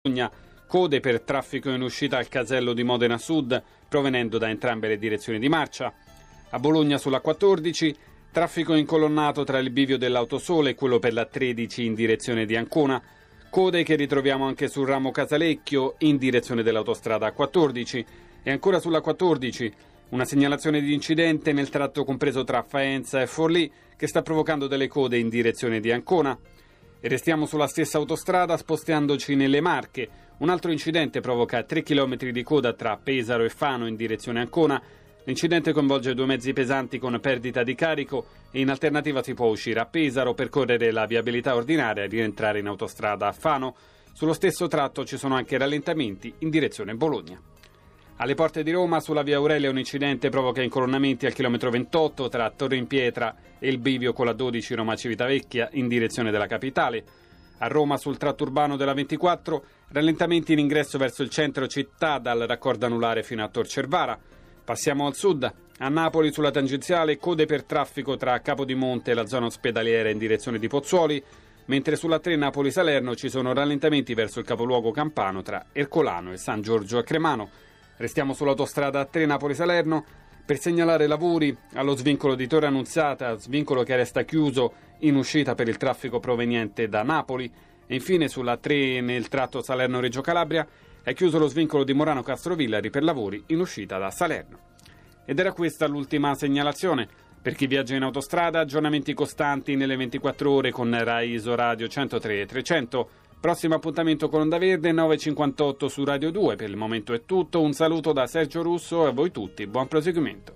Code per traffico in uscita al casello di Modena Sud, provenendo da entrambe le direzioni di marcia. A Bologna sulla 14, traffico incolonnato tra il bivio dell'Autosole e quello per la 13 in direzione di Ancona. Code che ritroviamo anche sul ramo Casalecchio in direzione dell'autostrada A14. E ancora sulla 14, una segnalazione di incidente nel tratto compreso tra Faenza e Forlì che sta provocando delle code in direzione di Ancona. E restiamo sulla stessa autostrada spostandoci nelle Marche. Un altro incidente provoca 3 km di coda tra Pesaro e Fano in direzione Ancona. L'incidente coinvolge 2 mezzi pesanti con perdita di carico e in alternativa si può uscire a Pesaro, percorrere la viabilità ordinaria e rientrare in autostrada a Fano. Sullo stesso tratto ci sono anche rallentamenti in direzione Bologna. Alle porte di Roma, sulla via Aurelia, un incidente provoca incolonnamenti al chilometro 28 tra Torre in Pietra e il bivio con la 12 Roma Civitavecchia in direzione della capitale. A Roma, sul tratto urbano della 24, rallentamenti in ingresso verso il centro città dal raccordo anulare fino a Tor Cervara. Passiamo al sud. A Napoli, sulla tangenziale, code per traffico tra Capodimonte e la zona ospedaliera in direzione di Pozzuoli, mentre sulla 3 Napoli-Salerno ci sono rallentamenti verso il capoluogo campano tra Ercolano e San Giorgio a Cremano. Restiamo sull'autostrada 3 Napoli-Salerno per segnalare lavori allo svincolo di Torre Annunziata, svincolo che resta chiuso in uscita per il traffico proveniente da Napoli. E infine sulla 3 nel tratto Salerno-Reggio Calabria è chiuso lo svincolo di Morano Castrovillari per lavori in uscita da Salerno. Ed era questa l'ultima segnalazione. Per chi viaggia in autostrada, aggiornamenti costanti nelle 24 ore con Rai Isoradio 103 e 300. Prossimo appuntamento con Onda Verde 9.58 su Radio 2. Per il momento è tutto. Un saluto da Sergio Russo e a voi tutti. Buon proseguimento.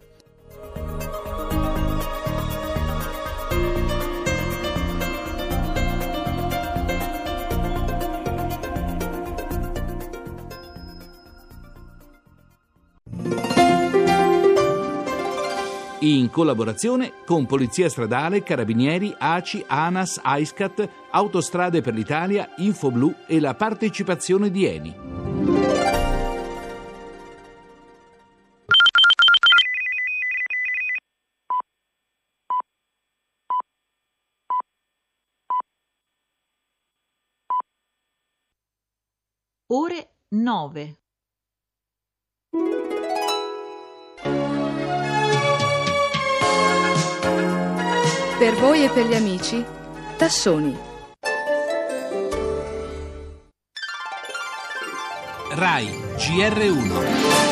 In collaborazione con Polizia Stradale, Carabinieri, ACI, ANAS, AISCAT, Autostrade per l'Italia, Infoblu e la partecipazione di ENI. Ore 9. Per voi e per gli amici, Tassoni. RAI GR1.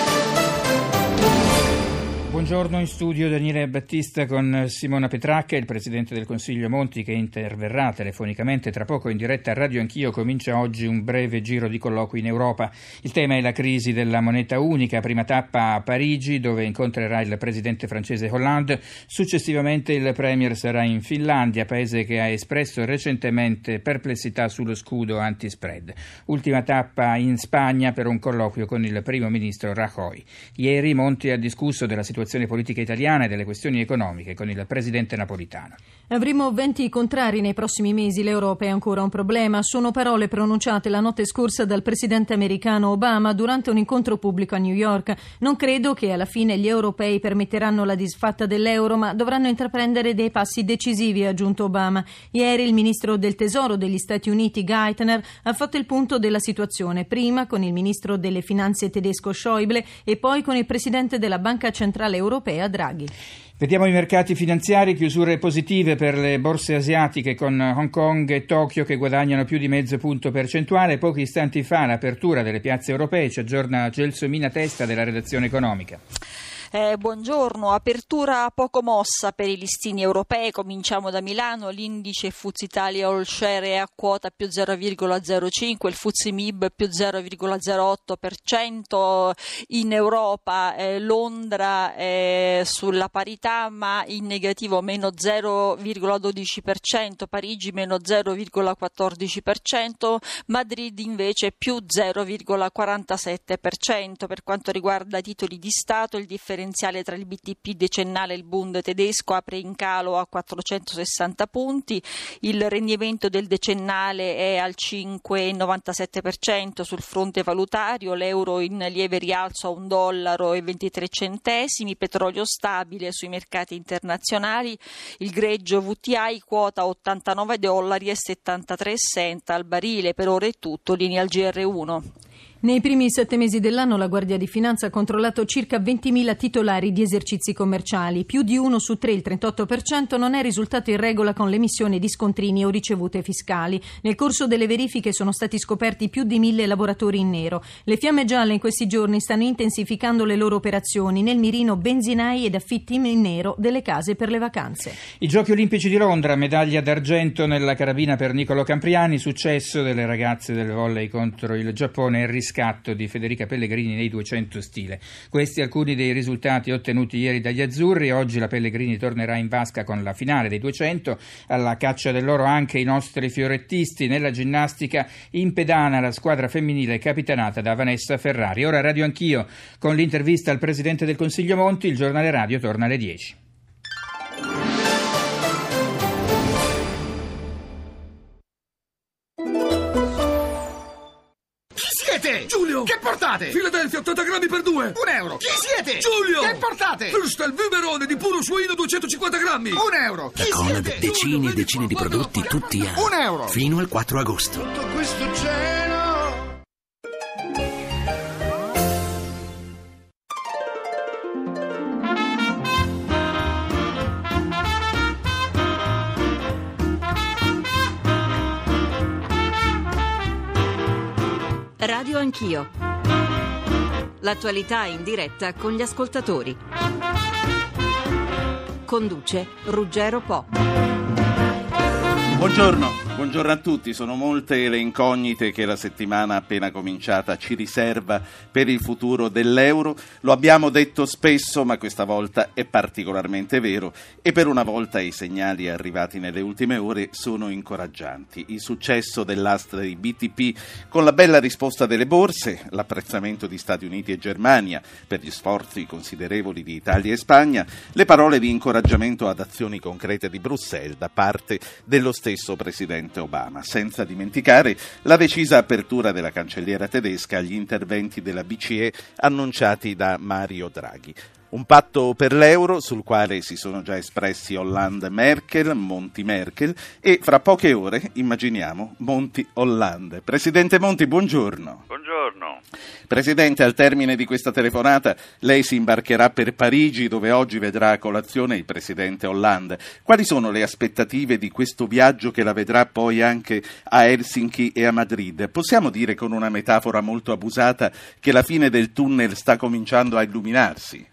Buongiorno, in studio Daniele Battista con Simona Petracca. Il Presidente del Consiglio Monti, che interverrà telefonicamente tra poco in diretta a Radio Anch'io, comincia oggi un breve giro di colloqui in Europa. Il tema è la crisi della moneta unica, prima tappa a Parigi dove incontrerà il Presidente francese Hollande. Successivamente il Premier sarà in Finlandia, paese che ha espresso recentemente perplessità sullo scudo anti-spread. Ultima tappa in Spagna per un colloquio con il Primo Ministro Rajoy. Ieri Monti ha discusso della situazione politica italiana e delle questioni economiche con il presidente Napolitano. Avremo venti contrari nei prossimi mesi, l'Europa è ancora un problema. Sono parole pronunciate la notte scorsa dal presidente americano Obama durante un incontro pubblico a New York. Non credo che alla fine gli europei permetteranno la disfatta dell'euro, ma dovranno intraprendere dei passi decisivi, ha aggiunto Obama. Ieri il ministro del Tesoro degli Stati Uniti, Geithner, ha fatto il punto della situazione, prima con il ministro delle Finanze tedesco Schäuble e poi con il presidente della Banca Centrale Europea Draghi. Vediamo i mercati finanziari, chiusure positive per le borse asiatiche con Hong Kong e Tokyo che guadagnano più di mezzo punto percentuale. Pochi istanti fa l'apertura delle piazze europee, ci aggiorna Gelsomina Testa della redazione economica. Buongiorno, apertura poco mossa per i listini europei, cominciamo da Milano, l'indice FTSE Italia All Share è a quota più 0,05, il FTSE MIB più 0,08%, in Europa Londra sulla parità ma in negativo meno 0,12%, Parigi meno 0,14%, Madrid invece più 0,47%. Per quanto riguarda i titoli di Stato il differenziale differenziale tra il BTP decennale e il Bund tedesco apre in calo a 460 punti, il rendimento del decennale è al 5,97% sul fronte valutario, l'euro in lieve rialzo a $1,23, petrolio stabile sui mercati internazionali, il greggio WTI quota $89,73 al barile. Per ora è tutto, linea al GR1. Nei primi 7 mesi dell'anno la Guardia di Finanza ha controllato circa 20.000 titolari di esercizi commerciali. Più di 1 su 3, il 38%, non è risultato in regola con l'emissione di scontrini o ricevute fiscali. Nel corso delle verifiche sono stati scoperti più di 1.000 lavoratori in nero. Le fiamme gialle in questi giorni stanno intensificando le loro operazioni. Nel mirino benzinai ed affitti in nero delle case per le vacanze. I Giochi Olimpici di Londra, medaglia d'argento nella carabina per Niccolò Campriani, successo delle ragazze del volley contro il Giappone e riscatto di Federica Pellegrini nei 200 stile. Questi alcuni dei risultati ottenuti ieri dagli azzurri. Oggi la Pellegrini tornerà in vasca con la finale dei 200. Alla caccia dell'oro anche i nostri fiorettisti. Nella ginnastica in pedana la squadra femminile capitanata da Vanessa Ferrari. Ora Radio Anch'io con l'intervista al Presidente del Consiglio Monti. Il giornale radio torna alle 10. Giulio! Che portate? Philadelphia 80 grammi per 2! €1! Chi siete? Giulio! Che portate? Würstel Vimerone di puro suino 250 grammi! €1! Chi Con siete? decine e decine di prodotti tutti a €1! fino al 4 agosto. Tutto questo cielo! Radio Anch'io. L'attualità in diretta con gli ascoltatori. Conduce Ruggero Po. Buongiorno a tutti. Sono molte le incognite che la settimana appena cominciata ci riserva per il futuro dell'euro. Lo abbiamo detto spesso, ma questa volta è particolarmente vero e per una volta i segnali arrivati nelle ultime ore sono incoraggianti. Il successo dell'asta di BTP con la bella risposta delle borse, l'apprezzamento di Stati Uniti e Germania per gli sforzi considerevoli di Italia e Spagna, le parole di incoraggiamento ad azioni concrete di Bruxelles da parte dello stesso Presidente Obama, senza dimenticare la decisa apertura della cancelliera tedesca agli interventi della BCE annunciati da Mario Draghi. Un patto per l'euro sul quale si sono già espressi Hollande Merkel, Monti Merkel e fra poche ore, immaginiamo, Monti Hollande. Presidente Monti, buongiorno. Buongiorno. Presidente, al termine di questa telefonata lei si imbarcherà per Parigi, dove oggi vedrà a colazione il Presidente Hollande. Quali sono le aspettative di questo viaggio che la vedrà poi anche a Helsinki e a Madrid? Possiamo dire con una metafora molto abusata che la fine del tunnel sta cominciando a illuminarsi?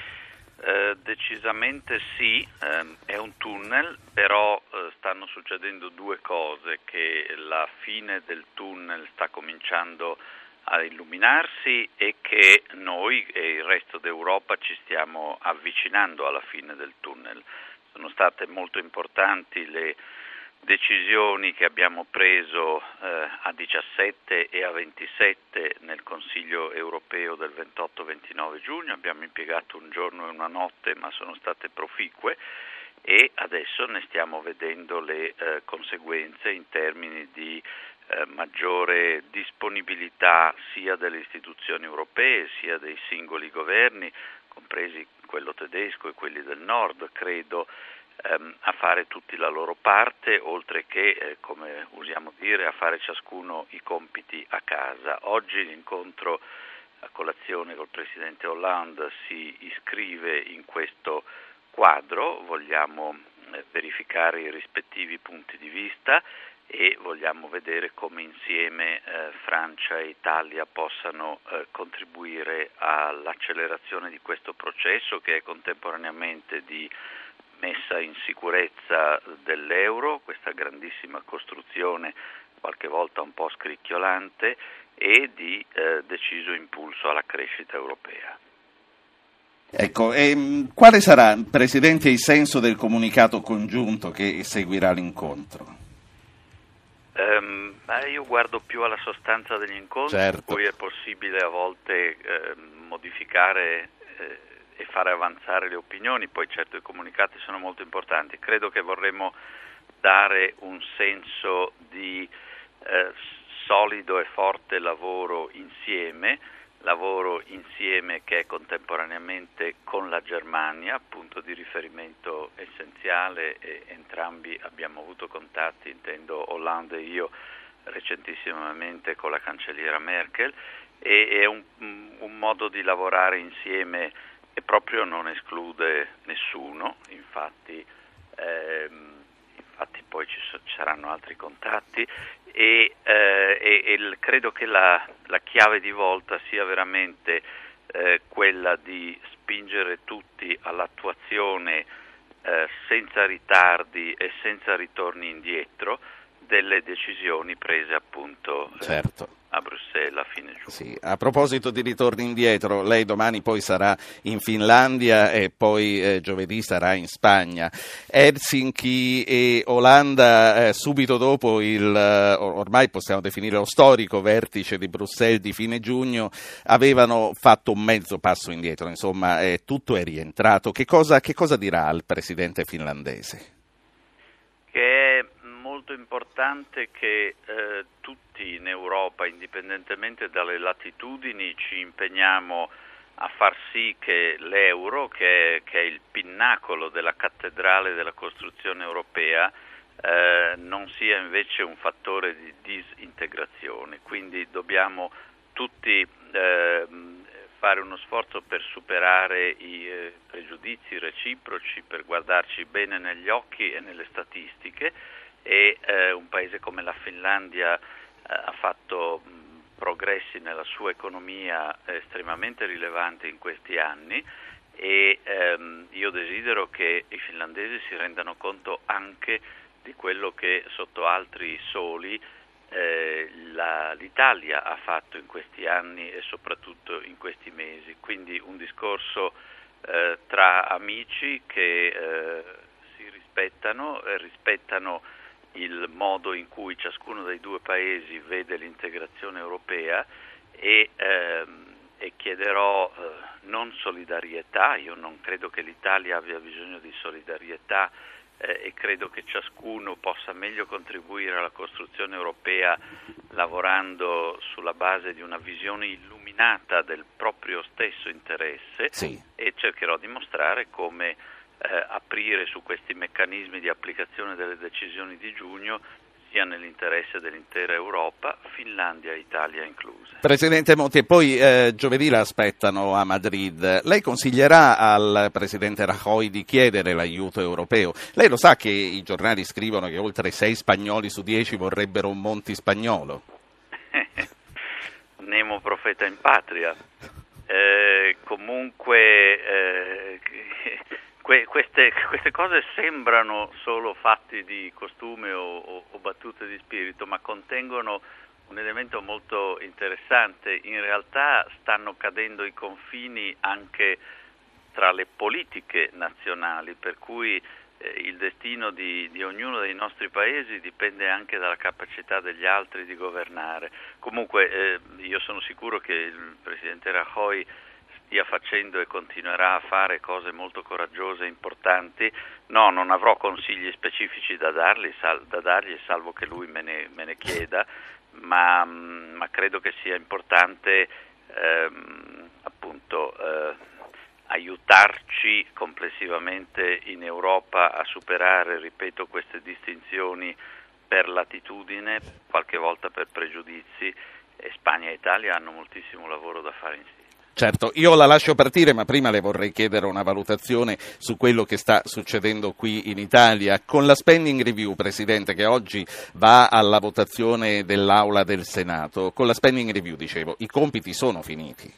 Decisamente sì, è un tunnel, però stanno succedendo due cose: che la fine del tunnel sta cominciando a illuminarsi e che noi e il resto d'Europa ci stiamo avvicinando alla fine del tunnel. Sono state molto importanti le decisioni che abbiamo preso a 17 e a 27 nel Consiglio europeo del 28-29 giugno, abbiamo impiegato un giorno e una notte, ma sono state proficue e adesso ne stiamo vedendo le conseguenze in termini di maggiore disponibilità sia delle istituzioni europee sia dei singoli governi, compresi quello tedesco e quelli del nord, credo, a fare tutti la loro parte, oltre che, come usiamo dire, a fare ciascuno i compiti a casa. Oggi l'incontro a colazione col Presidente Hollande si iscrive in questo quadro, vogliamo verificare i rispettivi punti di vista e vogliamo vedere come insieme Francia e Italia possano contribuire all'accelerazione di questo processo, che è contemporaneamente di messa in sicurezza dell'euro, questa grandissima costruzione qualche volta un po' scricchiolante, e di deciso impulso alla crescita europea. Ecco, quale sarà, Presidente, il senso del comunicato congiunto che seguirà l'incontro? Io guardo più alla sostanza degli incontri, certo. Poi è possibile a volte modificare e fare avanzare le opinioni, poi certo i comunicati sono molto importanti. Credo che vorremmo dare un senso di solido e forte lavoro insieme che è contemporaneamente con la Germania, punto di riferimento essenziale, e entrambi abbiamo avuto contatti, intendo Hollande e io, recentissimamente con la cancelliera Merkel, e è un modo di lavorare insieme e proprio non esclude nessuno, infatti poi ci saranno altri contatti e credo che la chiave di volta sia veramente quella di spingere tutti all'attuazione senza ritardi e senza ritorni indietro delle decisioni prese appunto a Bruxelles a fine giugno. Sì, a proposito di ritorni indietro, lei domani poi sarà in Finlandia e poi giovedì sarà in Spagna. Helsinki e Olanda subito dopo ormai possiamo definire lo storico vertice di Bruxelles di fine giugno avevano fatto un mezzo passo indietro, insomma tutto è rientrato. Che cosa dirà il presidente finlandese? Che è molto importante che tutti in Europa, indipendentemente dalle latitudini, ci impegniamo a far sì che l'euro, che è il pinnacolo della cattedrale della costruzione europea, non sia invece un fattore di disintegrazione. Quindi dobbiamo tutti fare uno sforzo per superare i pregiudizi reciproci, per guardarci bene negli occhi e nelle statistiche, e un paese come la Finlandia ha fatto progressi nella sua economia estremamente rilevanti in questi anni, e io desidero che i finlandesi si rendano conto anche di quello che sotto altri soli l'Italia ha fatto in questi anni e soprattutto in questi mesi. Quindi un discorso tra amici che si rispettano il modo in cui ciascuno dei due paesi vede l'integrazione europea, e chiederò non solidarietà. Io non credo che l'Italia abbia bisogno di solidarietà, e credo che ciascuno possa meglio contribuire alla costruzione europea lavorando sulla base di una visione illuminata del proprio stesso interesse. Sì. E cercherò di mostrare come aprire su questi meccanismi di applicazione delle decisioni di giugno sia nell'interesse dell'intera Europa, Finlandia e Italia incluse. Presidente Monti, e poi giovedì la aspettano a Madrid. Lei consiglierà al Presidente Rajoy di chiedere l'aiuto europeo? Lei lo sa che i giornali scrivono che oltre 6 spagnoli su 10 vorrebbero un Monti spagnolo? Nemo profeta in patria. Queste cose sembrano solo fatti di costume o battute di spirito, ma contengono un elemento molto interessante. In realtà stanno cadendo i confini anche tra le politiche nazionali, per cui il destino di ognuno dei nostri paesi dipende anche dalla capacità degli altri di governare. Comunque io sono sicuro che il Presidente Rajoy stia facendo e continuerà a fare cose molto coraggiose e importanti. No, non avrò consigli specifici da dargli, salvo che lui me ne chieda, ma credo che sia importante aiutarci complessivamente in Europa a superare, ripeto, queste distinzioni per latitudine, qualche volta per pregiudizi, e Spagna e Italia hanno moltissimo lavoro da fare insieme. Certo, io la lascio partire, ma prima le vorrei chiedere una valutazione su quello che sta succedendo qui in Italia. Con la spending review, Presidente, che oggi va alla votazione dell'Aula del Senato, con la spending review, dicevo, i compiti sono finiti?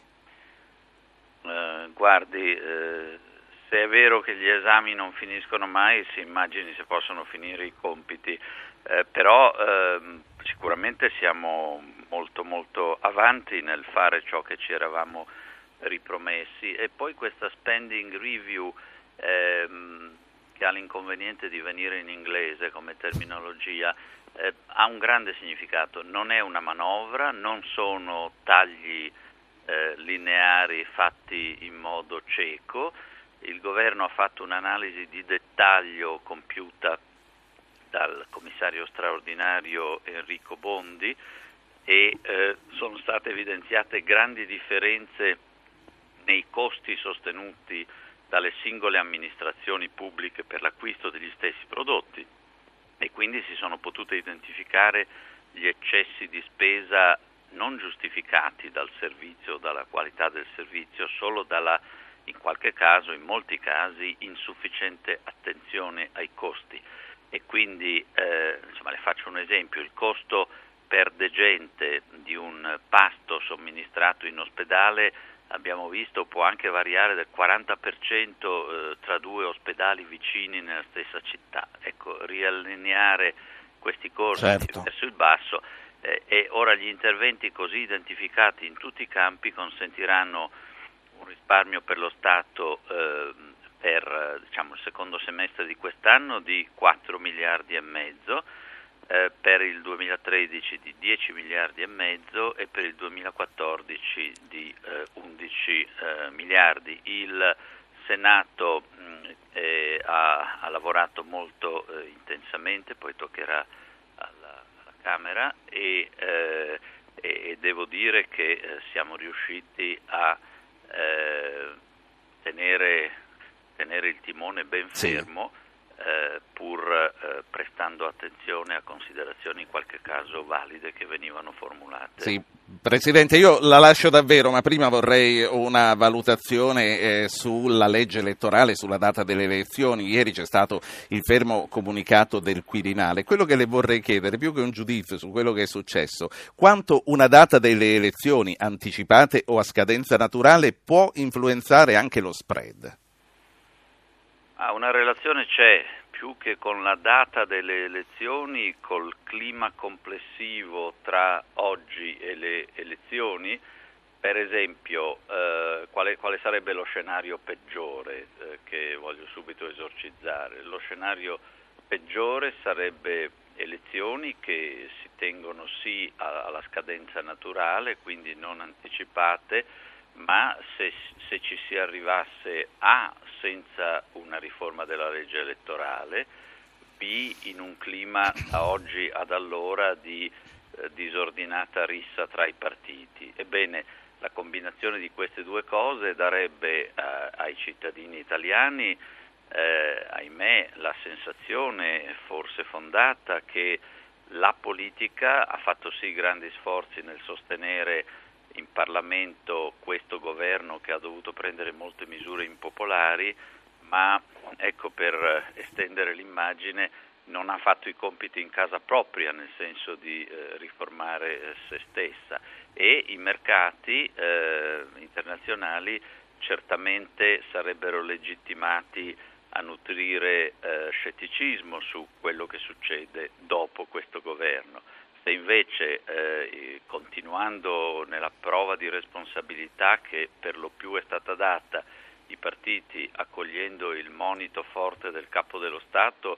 Guardi, se è vero che gli esami non finiscono mai, si immagini se possono finire i compiti, però sicuramente siamo molto molto avanti nel fare ciò che ci eravamo ripromessi, e poi questa spending review che ha l'inconveniente di venire in inglese come terminologia ha un grande significato. Non è una manovra, non sono tagli lineari fatti in modo cieco. Il governo ha fatto un'analisi di dettaglio compiuta dal commissario straordinario Enrico Bondi e sono state evidenziate grandi differenze nei costi sostenuti dalle singole amministrazioni pubbliche per l'acquisto degli stessi prodotti e quindi si sono potute identificare gli eccessi di spesa non giustificati dal servizio, dalla qualità del servizio, solo dalla, in qualche caso, in molti casi, insufficiente attenzione ai costi. E quindi, le faccio un esempio, il costo per degente di un pasto somministrato in ospedale, abbiamo visto, può anche variare del 40% tra due ospedali vicini nella stessa città. Ecco, riallineare questi costi verso il basso e ora gli interventi così identificati in tutti i campi consentiranno un risparmio per lo Stato per il secondo semestre di quest'anno di 4 miliardi e mezzo, per il 2013 di 10 miliardi e mezzo e per il 2014 di 11 miliardi. Il Senato ha lavorato molto intensamente, poi toccherà alla Camera e devo dire che siamo riusciti a tenere il timone ben fermo, pur prestando attenzione a considerazioni in qualche caso valide che venivano formulate. Sì, Presidente, io la lascio davvero, ma prima vorrei una valutazione sulla legge elettorale, sulla data delle elezioni. Ieri c'è stato il fermo comunicato del Quirinale. Quello che le vorrei chiedere, più che un giudizio su quello che è successo, quanto una data delle elezioni anticipate o a scadenza naturale può influenzare anche lo spread? Una relazione c'è, più che con la data delle elezioni, col clima complessivo tra oggi e le elezioni. Per esempio, quale sarebbe lo scenario peggiore che voglio subito esorcizzare? Lo scenario peggiore sarebbe elezioni che si tengono sì alla scadenza naturale, quindi non anticipate, ma se ci si arrivasse A, senza una riforma della legge elettorale, B, in un clima da oggi ad allora di disordinata rissa tra i partiti. Ebbene, la combinazione di queste due cose darebbe ai cittadini italiani, ahimè, la sensazione forse fondata che la politica ha fatto sì grandi sforzi nel sostenere in Parlamento questo governo che ha dovuto prendere molte misure impopolari, ma ecco, per estendere l'immagine, non ha fatto i compiti in casa propria, nel senso di riformare se stessa, e i mercati internazionali certamente sarebbero legittimati a nutrire scetticismo su quello che succede dopo questo governo. Se invece, continuando nella prova di responsabilità che per lo più è stata data, i partiti, accogliendo il monito forte del Capo dello Stato,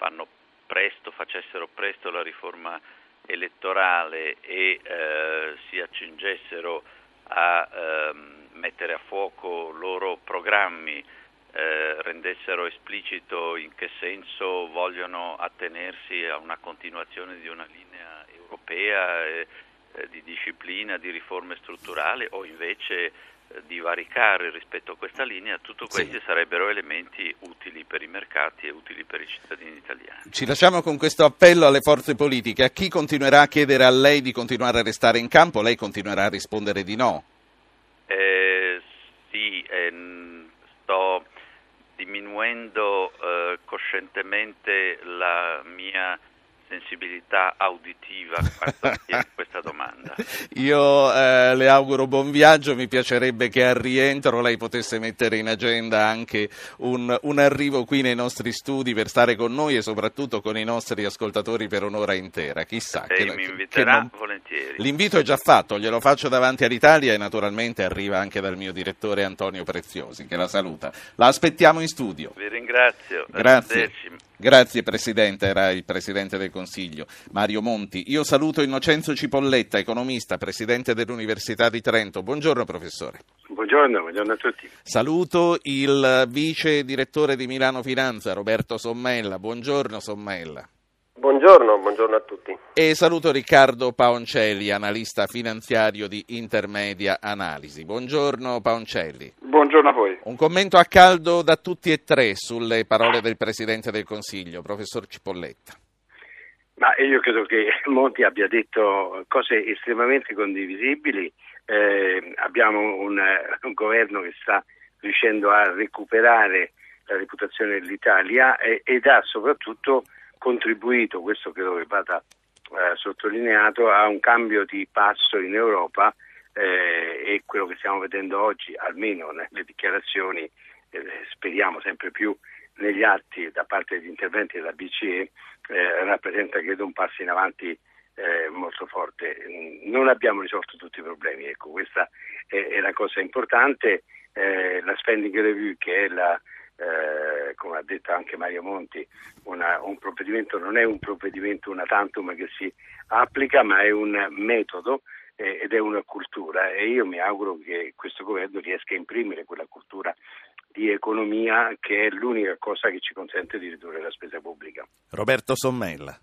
facessero presto la riforma elettorale e si accingessero a mettere a fuoco loro programmi, rendessero esplicito in che senso vogliono attenersi a una continuazione di una linea europea di disciplina, di riforme strutturali, o invece divaricare rispetto a questa linea, tutto questi sarebbero elementi utili per i mercati e utili per i cittadini italiani. Ci lasciamo con questo appello alle forze politiche. A chi continuerà a chiedere a lei di continuare a restare in campo, lei continuerà a rispondere di no? Sto diminuendo coscientemente la mia sensibilità auditiva a questa domanda. Io le auguro buon viaggio, mi piacerebbe che al rientro lei potesse mettere in agenda anche un arrivo qui nei nostri studi per stare con noi e soprattutto con i nostri ascoltatori per un'ora intera, chissà. Mi inviterà volentieri. L'invito è già fatto, glielo faccio davanti all'Italia e naturalmente arriva anche dal mio direttore Antonio Preziosi, che la saluta. La aspettiamo in studio. Vi ringrazio. Grazie. Grazie Presidente, era il Presidente del Consiglio, Mario Monti. Io saluto Innocenzo Cipolletta, economista, Presidente dell'Università di Trento. Buongiorno professore. Buongiorno a tutti. Saluto il Vice Direttore di Milano Finanza, Roberto Sommella. Buongiorno Sommella. Buongiorno a tutti. E saluto Riccardo Paoncelli, analista finanziario di Intermedia Analisi. Buongiorno Paoncelli. Buongiorno a voi. Un commento a caldo da tutti e tre sulle parole del Presidente del Consiglio, professor Cipolletta. Ma io credo che Monti abbia detto cose estremamente condivisibili. Abbiamo un governo che sta riuscendo a recuperare la reputazione dell'Italia ed ha soprattutto contribuito, questo credo che vada sottolineato, a un cambio di passo in Europa e quello che stiamo vedendo oggi, almeno nelle dichiarazioni, speriamo sempre più negli atti da parte degli interventi della BCE, rappresenta credo un passo in avanti molto forte. Non abbiamo risolto tutti i problemi, ecco, questa è la cosa importante. La spending review, che è come ha detto anche Mario Monti, un provvedimento non è un provvedimento una tantum che si applica, ma è un metodo ed è una cultura, e io mi auguro che questo governo riesca a imprimere quella cultura di economia che è l'unica cosa che ci consente di ridurre la spesa pubblica. Roberto Sommella.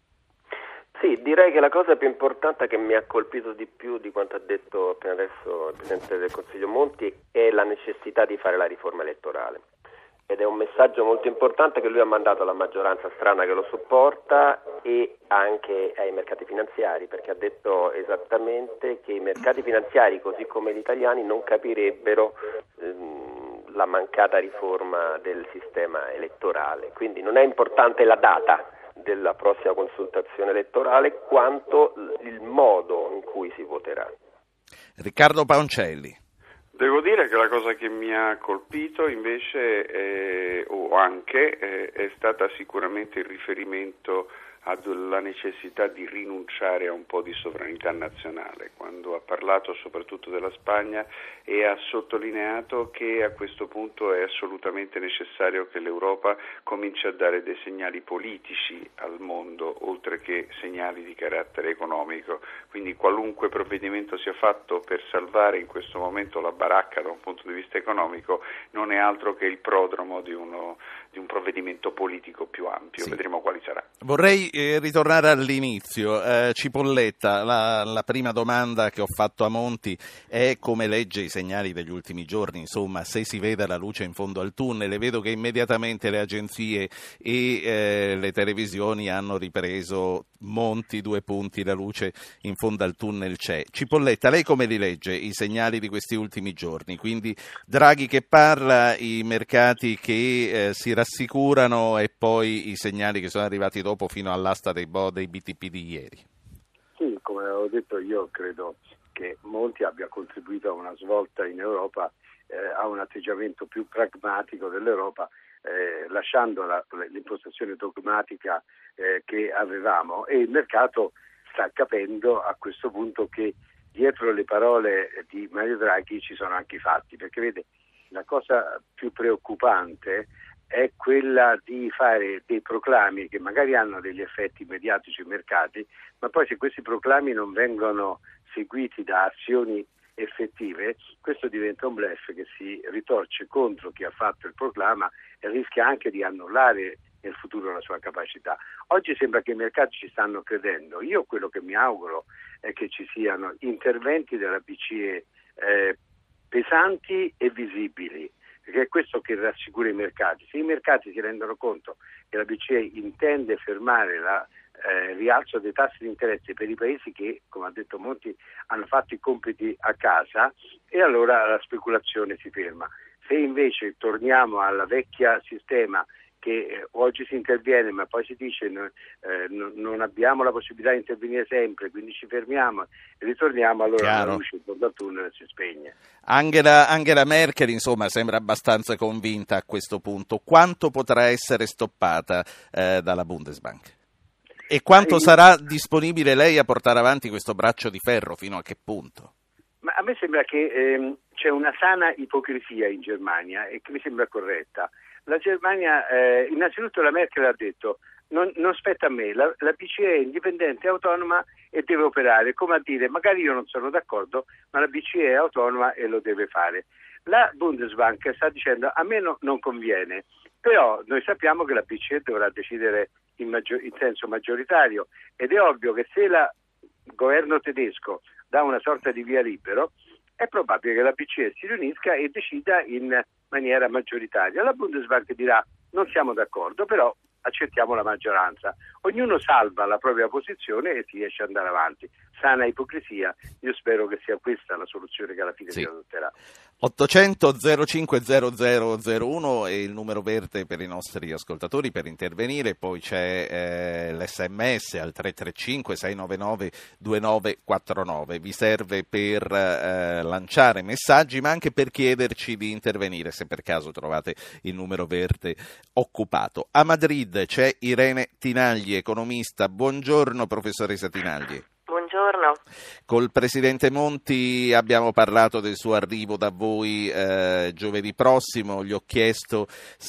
Sì, direi che la cosa più importante che mi ha colpito di più di quanto ha detto appena adesso il Presidente del Consiglio Monti è la necessità di fare la riforma elettorale. Ed è un messaggio molto importante che lui ha mandato alla maggioranza strana che lo supporta e anche ai mercati finanziari, perché ha detto esattamente che i mercati finanziari, così come gli italiani, non capirebbero la mancata riforma del sistema elettorale. Quindi non è importante la data della prossima consultazione elettorale quanto il modo in cui si voterà. Riccardo Paoncelli. Devo dire che la cosa che mi ha colpito invece è stata sicuramente il riferimento alla necessità di rinunciare a un po' di sovranità nazionale, quando ha parlato soprattutto della Spagna e ha sottolineato che a questo punto è assolutamente necessario che l'Europa cominci a dare dei segnali politici al mondo, oltre che segnali di carattere economico. Quindi qualunque provvedimento sia fatto per salvare in questo momento la baracca da un punto di vista economico non è altro che il prodromo di un provvedimento politico più ampio. Sì. Vedremo quali sarà. Vorrei ritornare all'inizio. Cipolletta, la prima domanda che ho fatto a Monti è come legge i segnali degli ultimi giorni, insomma, se si vede la luce in fondo al tunnel. Vedo che immediatamente le agenzie e le televisioni hanno ripreso Monti, 2 punti, la luce in fondo al tunnel c'è. Cipolletta, lei come li legge i segnali di questi ultimi giorni? Quindi Draghi che parla, i mercati che si rassicurano e poi i segnali che sono arrivati dopo fino all'asta dei BTP di ieri. Sì, come avevo detto, io credo che Monti abbia contribuito a una svolta in Europa, a un atteggiamento più pragmatico dell'Europa, lasciando l'impostazione dogmatica che avevamo, e il mercato sta capendo a questo punto che dietro le parole di Mario Draghi ci sono anche i fatti, perché vede, la cosa più preoccupante è quella di fare dei proclami che magari hanno degli effetti immediati sui mercati, ma poi se questi proclami non vengono seguiti da azioni effettive, questo diventa un bluff che si ritorce contro chi ha fatto il proclama e rischia anche di annullare nel futuro la sua capacità. Oggi sembra che i mercati ci stanno credendo. Io quello che mi auguro è che ci siano interventi della BCE pesanti e visibili, perché è questo che rassicura i mercati. Se i mercati si rendono conto che la BCE intende fermare il rialzo dei tassi di interesse per i paesi che, come ha detto Monti, hanno fatto i compiti a casa, e allora la speculazione si ferma. Se invece torniamo al vecchio sistema che oggi si interviene ma poi si dice non abbiamo la possibilità di intervenire sempre, quindi ci fermiamo e ritorniamo, allora Chiaro. La luce in fondo al tunnel si spegne. Angela Merkel, insomma, sembra abbastanza convinta a questo punto. Quanto potrà essere stoppata dalla Bundesbank? E quanto sarà disponibile lei a portare avanti questo braccio di ferro? Fino a che punto? Ma a me sembra che c'è una sana ipocrisia in Germania e che mi sembra corretta. la Germania, innanzitutto la Merkel ha detto non spetta a me, la BCE è indipendente, autonoma e deve operare, come a dire magari io non sono d'accordo ma la BCE è autonoma e lo deve fare. La Bundesbank sta dicendo a me non conviene, però noi sappiamo che la BCE dovrà decidere in senso maggioritario ed è ovvio che se il governo tedesco dà una sorta di via libero è probabile che la BCE si riunisca e decida in maniera maggioritaria. La Bundesbank dirà non siamo d'accordo, però accettiamo la maggioranza. Ognuno salva la propria posizione e si riesce ad andare avanti. Sana ipocrisia, io spero che sia questa la soluzione che alla fine si adotterà. 800 05 0001 è il numero verde per i nostri ascoltatori per intervenire, poi c'è l'SMS al 335 699 2949, vi serve per lanciare messaggi ma anche per chiederci di intervenire se per caso trovate il numero verde occupato. A Madrid c'è Irene Tinagli, economista. Buongiorno professoressa Tinagli. Buongiorno. Col Presidente Monti abbiamo parlato del suo arrivo da voi giovedì prossimo, gli ho chiesto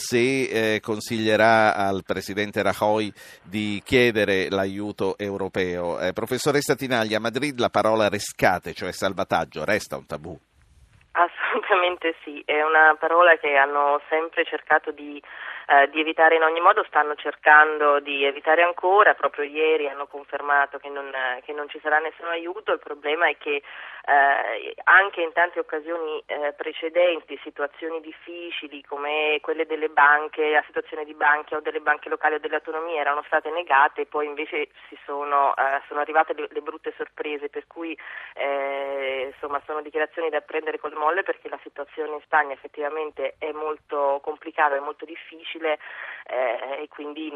se consiglierà al Presidente Rajoy di chiedere l'aiuto europeo. Professoressa Tinagli, a Madrid la parola rescate, cioè salvataggio, resta un tabù? Assolutamente sì, è una parola che hanno sempre cercato di evitare in ogni modo, stanno cercando di evitare ancora, proprio ieri hanno confermato che non ci sarà nessun aiuto. Il problema è che anche in tante occasioni precedenti, situazioni difficili come quelle delle banche, la situazione di banche o delle banche locali o delle autonomie erano state negate e poi invece sono arrivate le brutte sorprese, per cui insomma sono dichiarazioni da prendere col molle perché la situazione in Spagna effettivamente è molto complicata, è molto difficile e quindi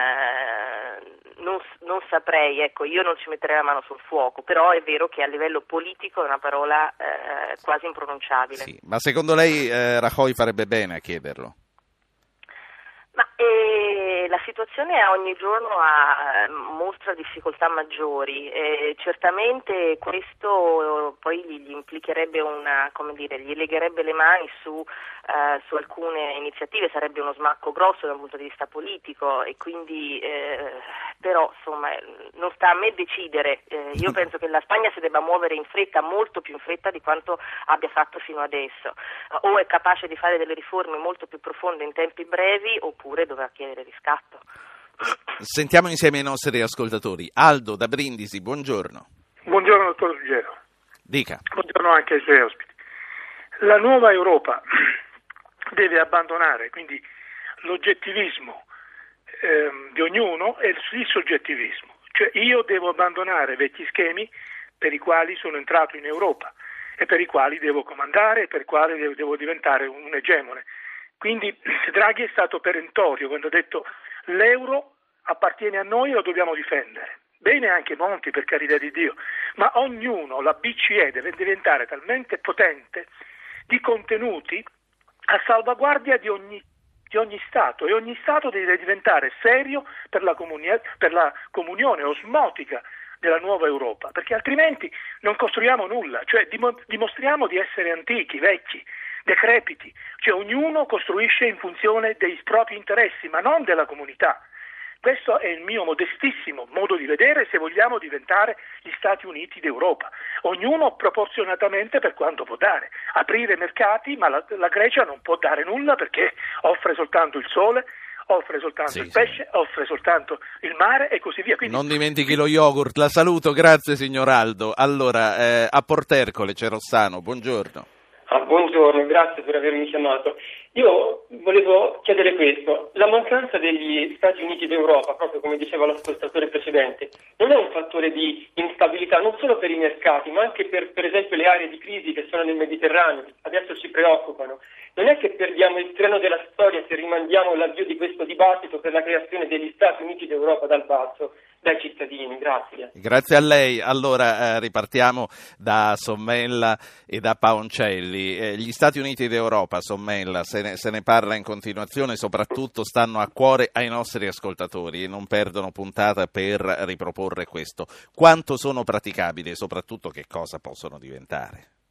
non saprei, ecco, io non ci metterei la mano sul fuoco, però è vero che a livello politico è una parola quasi impronunciabile. Sì, ma secondo lei Rajoy farebbe bene a chiederlo? Ma la situazione ogni giorno mostra difficoltà maggiori, certamente questo poi gli implicherebbe gli legherebbe le mani su alcune iniziative, sarebbe uno smacco grosso da un punto di vista politico e quindi però insomma non sta a me decidere, io penso che la Spagna si debba muovere in fretta, molto più in fretta di quanto abbia fatto fino adesso, o è capace di fare delle riforme molto più profonde in tempi brevi oppure dovrà chiedere riscatto. Sentiamo insieme i nostri ascoltatori. Aldo da Brindisi, buongiorno. Buongiorno dottor Ruggero. Dica. Buongiorno anche ai suoi ospiti. La nuova Europa deve abbandonare quindi l'oggettivismo di ognuno e il soggettivismo, cioè io devo abbandonare vecchi schemi per i quali sono entrato in Europa e per i quali devo comandare e per i quali devo diventare un egemone. Quindi Draghi è stato perentorio quando ha detto l'euro appartiene a noi e lo dobbiamo difendere. Bene anche Monti, per carità di Dio, ma ognuno, la BCE deve diventare talmente potente di contenuti a salvaguardia di ogni Stato e ogni Stato deve diventare serio per la comunione osmotica della nuova Europa, perché altrimenti non costruiamo nulla, cioè dimostriamo di essere antichi, vecchi, decrepiti, cioè ognuno costruisce in funzione dei propri interessi, ma non della comunità. Questo è il mio modestissimo modo di vedere se vogliamo diventare gli Stati Uniti d'Europa. Ognuno proporzionatamente per quanto può dare. Aprire mercati, ma la Grecia non può dare nulla perché offre soltanto il sole, offre soltanto il pesce, offre soltanto il mare e così via. Quindi... Non dimentichi lo yogurt. La saluto, grazie signor Aldo. Allora, a Portercole c'è Rossano, buongiorno. Buongiorno, grazie per avermi chiamato. Io volevo chiedere questo: la mancanza degli Stati Uniti d'Europa, proprio come diceva l'ascoltatore precedente, non è un fattore di instabilità non solo per i mercati, ma anche per esempio le aree di crisi che sono nel Mediterraneo, che adesso ci preoccupano? Non è che perdiamo il treno della storia se rimandiamo l'avvio di questo dibattito per la creazione degli Stati Uniti d'Europa dal basso, dai cittadini? Grazie. Grazie a lei. Allora ripartiamo da Sommella e da Paoncelli. Gli Stati Uniti d'Europa, Sommella, se ne parla in continuazione, soprattutto stanno a cuore ai nostri ascoltatori e non perdono puntata per riproporre questo. Quanto sono praticabili e soprattutto che cosa possono diventare?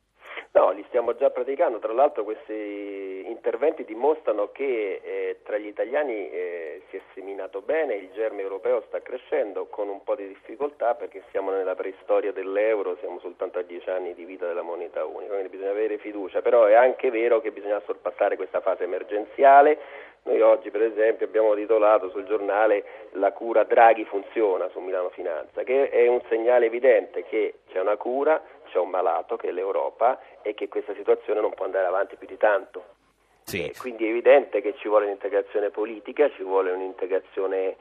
No, li stiamo già praticando, tra l'altro questi interventi dimostrano che tra gli italiani si è seminato bene, il germe europeo sta crescendo con un po' di difficoltà perché siamo nella preistoria dell'euro, siamo soltanto a 10 anni di vita della moneta unica, quindi bisogna avere fiducia, però è anche vero che bisogna sorpassare questa fase emergenziale. Noi oggi per esempio abbiamo titolato sul giornale "La cura Draghi funziona" su Milano Finanza, che è un segnale evidente che c'è una cura, c'è un malato che è l'Europa e che questa situazione non può andare avanti più di tanto. Sì. Quindi è evidente che ci vuole un'integrazione politica, ci vuole un'integrazione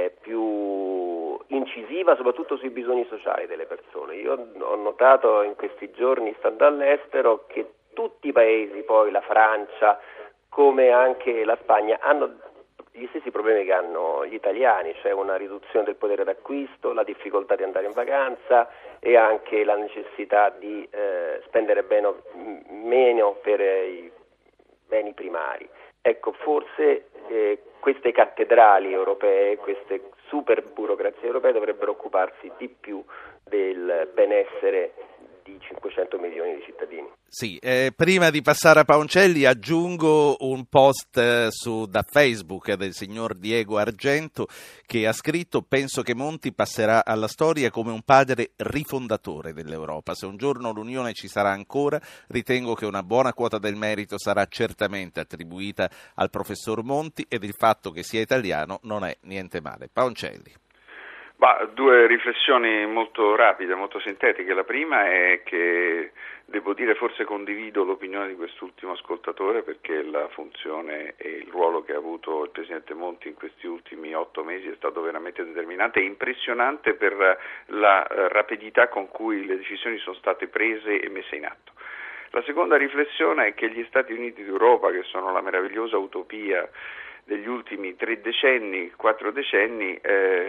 più incisiva soprattutto sui bisogni sociali delle persone. Io ho notato in questi giorni, stando all'estero, che tutti i paesi, poi la Francia come anche la Spagna, hanno gli stessi problemi che hanno gli italiani, cioè una riduzione del potere d'acquisto, la difficoltà di andare in vacanza e anche la necessità di spendere meno per i beni primari. Ecco, forse queste cattedrali europee, queste super burocrazie europee dovrebbero occuparsi di più del benessere di 500 milioni di cittadini. Sì, prima di passare a Paoncelli aggiungo un post da Facebook del signor Diego Argento che ha scritto: penso che Monti passerà alla storia come un padre rifondatore dell'Europa. Se un giorno l'Unione ci sarà ancora, ritengo che una buona quota del merito sarà certamente attribuita al professor Monti ed il fatto che sia italiano non è niente male. Paoncelli. Due riflessioni molto rapide, molto sintetiche. La prima è che devo dire forse condivido l'opinione di quest'ultimo ascoltatore, perché la funzione e il ruolo che ha avuto il Presidente Monti in questi ultimi 8 mesi è stato veramente determinante e impressionante per la rapidità con cui le decisioni sono state prese e messe in atto. La seconda riflessione è che gli Stati Uniti d'Europa, che sono la meravigliosa utopia degli ultimi 4 decenni,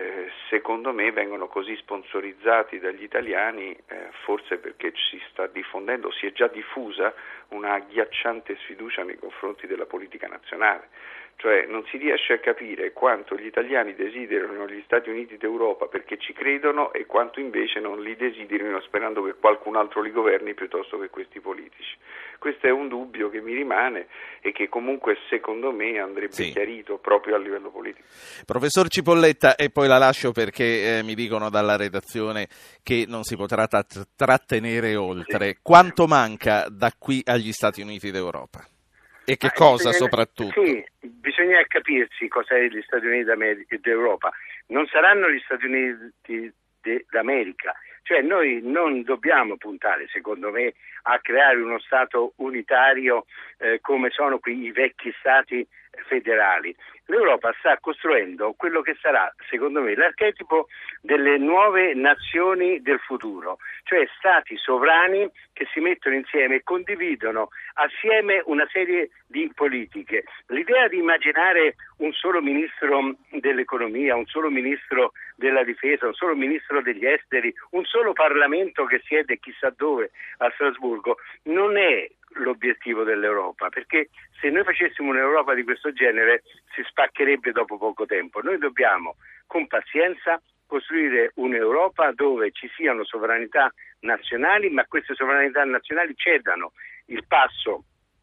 secondo me vengono così sponsorizzati dagli italiani, forse perché si sta diffondendo, si è già diffusa una agghiacciante sfiducia nei confronti della politica nazionale. Cioè non si riesce a capire quanto gli italiani desiderano gli Stati Uniti d'Europa perché ci credono e quanto invece non li desiderino sperando che qualcun altro li governi piuttosto che questi politici. Questo è un dubbio che mi rimane e che comunque secondo me andrebbe chiarito proprio a livello politico. Professor Cipolletta, e poi la lascio perché mi dicono dalla redazione che non si potrà trattenere oltre. Sì. Quanto manca da qui agli Stati Uniti d'Europa? E che cosa soprattutto? Sì, bisogna capirsi cos'è gli Stati Uniti d'Europa. Non saranno gli Stati Uniti d'America. Cioè noi non dobbiamo puntare, secondo me, a creare uno Stato unitario come sono qui i vecchi Stati federali. L'Europa sta costruendo quello che sarà, secondo me, l'archetipo delle nuove nazioni del futuro, cioè stati sovrani che si mettono insieme e condividono assieme una serie di politiche. L'idea di immaginare un solo ministro dell'economia, un solo ministro della difesa, un solo ministro degli esteri, un solo Parlamento che siede chissà dove a Strasburgo, non è l'obiettivo dell'Europa, perché se noi facessimo un'Europa di questo genere si spaccherebbe dopo poco tempo. Noi dobbiamo con pazienza costruire un'Europa dove ci siano sovranità nazionali, ma queste sovranità nazionali cedano il passo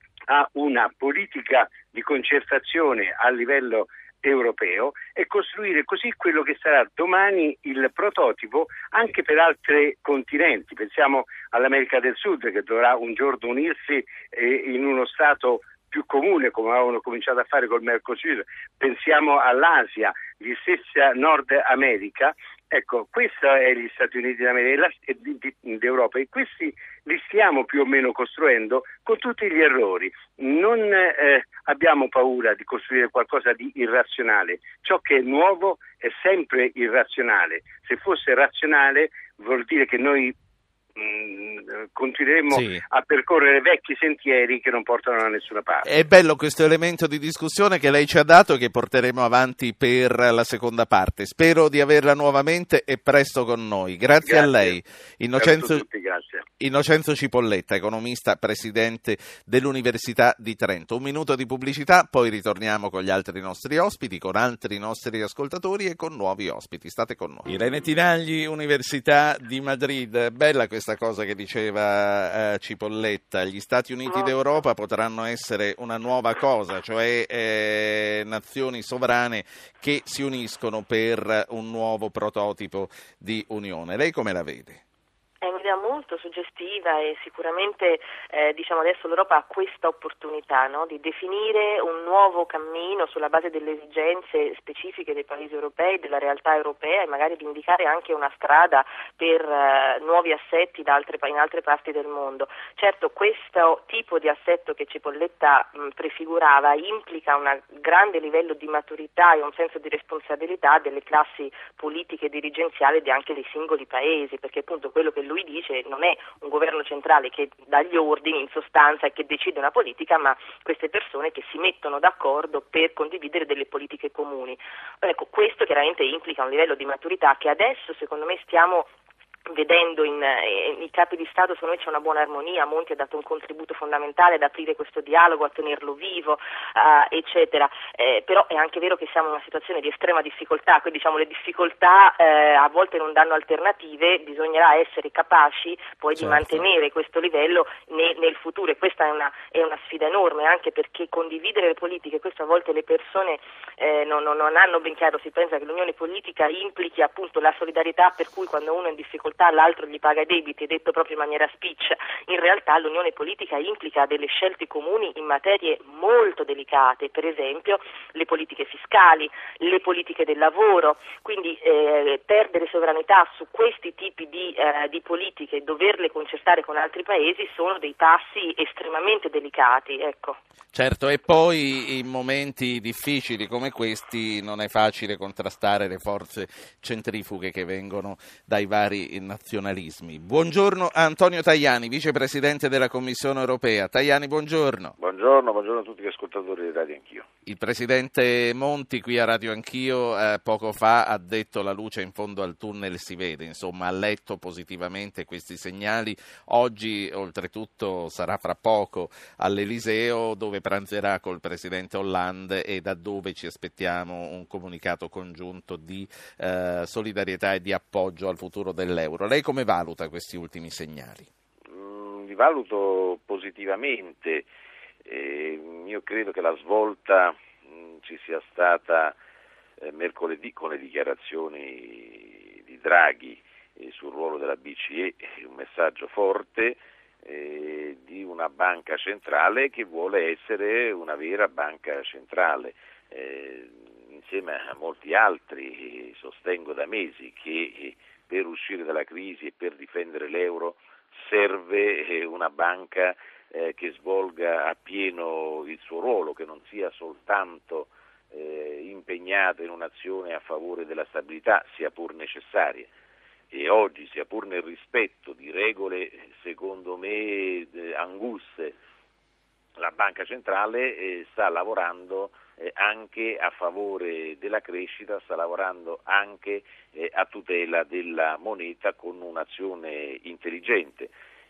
a una politica di concertazione a livello europeo e costruire così quello che sarà domani il prototipo anche per altri continenti. Pensiamo all'America del Sud, che dovrà un giorno unirsi in uno Stato più comune, come avevano cominciato a fare col Mercosur. Pensiamo all'Asia, gli stessi Nord America. Ecco, questo è gli Stati Uniti d'Europa e questi li stiamo più o meno costruendo con tutti gli errori. Non abbiamo paura di costruire qualcosa di irrazionale. Ciò che è nuovo è sempre irrazionale. Se fosse razionale vuol dire che noi continueremo a percorrere vecchi sentieri che non portano da nessuna parte. È bello questo elemento di discussione che lei ci ha dato e che porteremo avanti per la seconda parte. Spero di averla nuovamente e presto con noi. Grazie a lei. Innocenzo Cipolletta, economista, presidente dell'Università di Trento. Un minuto di pubblicità, poi ritorniamo con gli altri nostri ospiti, con altri nostri ascoltatori e con nuovi ospiti. State con noi. Irene Tinagli, Università di Madrid. Bella questa questa cosa che diceva Cipolletta. Gli Stati Uniti d'Europa potranno essere una nuova cosa, cioè nazioni sovrane che si uniscono per un nuovo prototipo di unione. Lei come la vede? È un'idea molto suggestiva e sicuramente adesso l'Europa ha questa opportunità, no? Di definire un nuovo cammino sulla base delle esigenze specifiche dei paesi europei, della realtà europea, e magari di indicare anche una strada per nuovi assetti in altre parti del mondo. Certo, questo tipo di assetto che Cipolletta prefigurava implica un grande livello di maturità e un senso di responsabilità delle classi politiche e dirigenziali anche dei singoli paesi, perché appunto quello che lui dice non è un governo centrale che dà gli ordini in sostanza e che decide una politica, ma queste persone che si mettono d'accordo per condividere delle politiche comuni. Ecco, questo chiaramente implica un livello di maturità che adesso secondo me stiamo vedendo i capi di Stato. Secondo me c'è una buona armonia. Monti ha dato un contributo fondamentale ad aprire questo dialogo, a tenerlo vivo, eccetera, però è anche vero che siamo in una situazione di estrema difficoltà, quindi le difficoltà a volte non danno alternative, bisognerà essere capaci poi di mantenere questo livello nel futuro, e questa è una sfida enorme, anche perché condividere le politiche, questo a volte le persone non hanno ben chiaro. Si pensa che l'unione politica implichi appunto la solidarietà, per cui quando uno è in difficoltà l'altro gli paga i debiti, detto proprio in maniera spiccia. In realtà l'unione politica implica delle scelte comuni in materie molto delicate, per esempio le politiche fiscali, le politiche del lavoro, quindi perdere sovranità su questi tipi di politiche e doverle concertare con altri paesi sono dei passi estremamente delicati, ecco. Certo, e poi in momenti difficili come questi non è facile contrastare le forze centrifughe che vengono dai vari nazionalismi. Buongiorno a Antonio Tajani, vicepresidente della Commissione europea. Tajani, buongiorno. Buongiorno a tutti gli ascoltatori di Radio Anch'io. Il presidente Monti qui a Radio Anch'io poco fa ha detto la luce in fondo al tunnel si vede, insomma ha letto positivamente questi segnali. Oggi oltretutto sarà fra poco all'Eliseo, dove pranzerà col presidente Hollande, e da dove ci aspettiamo un comunicato congiunto di solidarietà e di appoggio al futuro dell'euro. Lei come valuta questi ultimi segnali? Li valuto positivamente. Io credo che la svolta ci sia stata mercoledì con le dichiarazioni di Draghi sul ruolo della BCE, un messaggio forte di una banca centrale che vuole essere una vera banca centrale. Insieme a molti altri sostengo da mesi che per uscire dalla crisi e per difendere l'euro serve una banca che svolga appieno il suo ruolo, che non sia soltanto impegnata in un'azione a favore della stabilità, sia pur necessaria. E oggi, sia pur nel rispetto di regole secondo me anguste, la Banca Centrale sta lavorando anche a favore della crescita, sta lavorando anche a tutela della moneta con un'azione intelligente.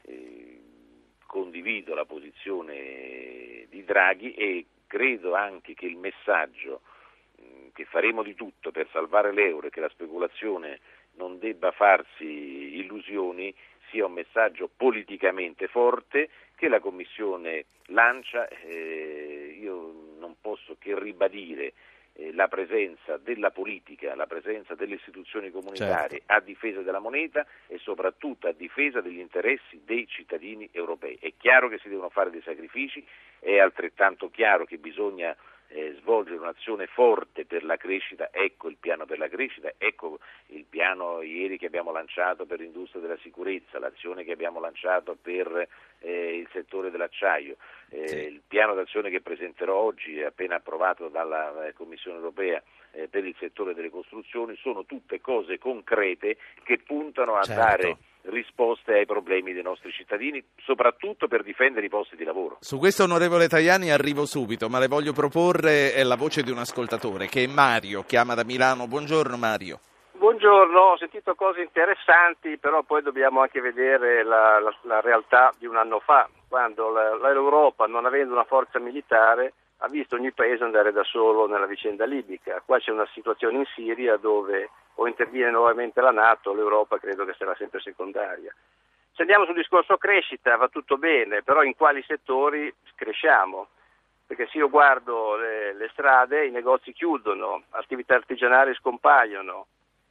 Condivido la posizione di Draghi e credo anche che il messaggio che faremo di tutto per salvare l'euro e che la speculazione non debba farsi illusioni sia un messaggio politicamente forte che la Commissione lancia. Io non posso che ribadire la presenza della politica, la presenza delle istituzioni comunitarie a difesa della moneta e soprattutto a difesa degli interessi dei cittadini europei. È chiaro che si devono fare dei sacrifici, è altrettanto chiaro che bisogna svolgere un'azione forte per la crescita. Ecco il piano per la crescita, ecco il piano ieri che abbiamo lanciato per l'industria della sicurezza, l'azione che abbiamo lanciato per il settore dell'acciaio, il piano d'azione che presenterò oggi, appena approvato dalla Commissione europea, per il settore delle costruzioni. Sono tutte cose concrete che puntano a dare risposte ai problemi dei nostri cittadini, soprattutto per difendere i posti di lavoro. Su questo, onorevole Tajani, arrivo subito, ma le voglio proporre la voce di un ascoltatore, che è Mario, chiama da Milano. Buongiorno Mario. Buongiorno, ho sentito cose interessanti, però poi dobbiamo anche vedere la realtà di un anno fa, quando l'Europa, non avendo una forza militare, ha visto ogni paese andare da solo nella vicenda libica. Qua c'è una situazione in Siria dove o interviene nuovamente la NATO, l'Europa credo che sarà sempre secondaria. Se andiamo sul discorso crescita va tutto bene, però in quali settori cresciamo? Perché se io guardo le strade, i negozi chiudono, attività artigianali scompaiono,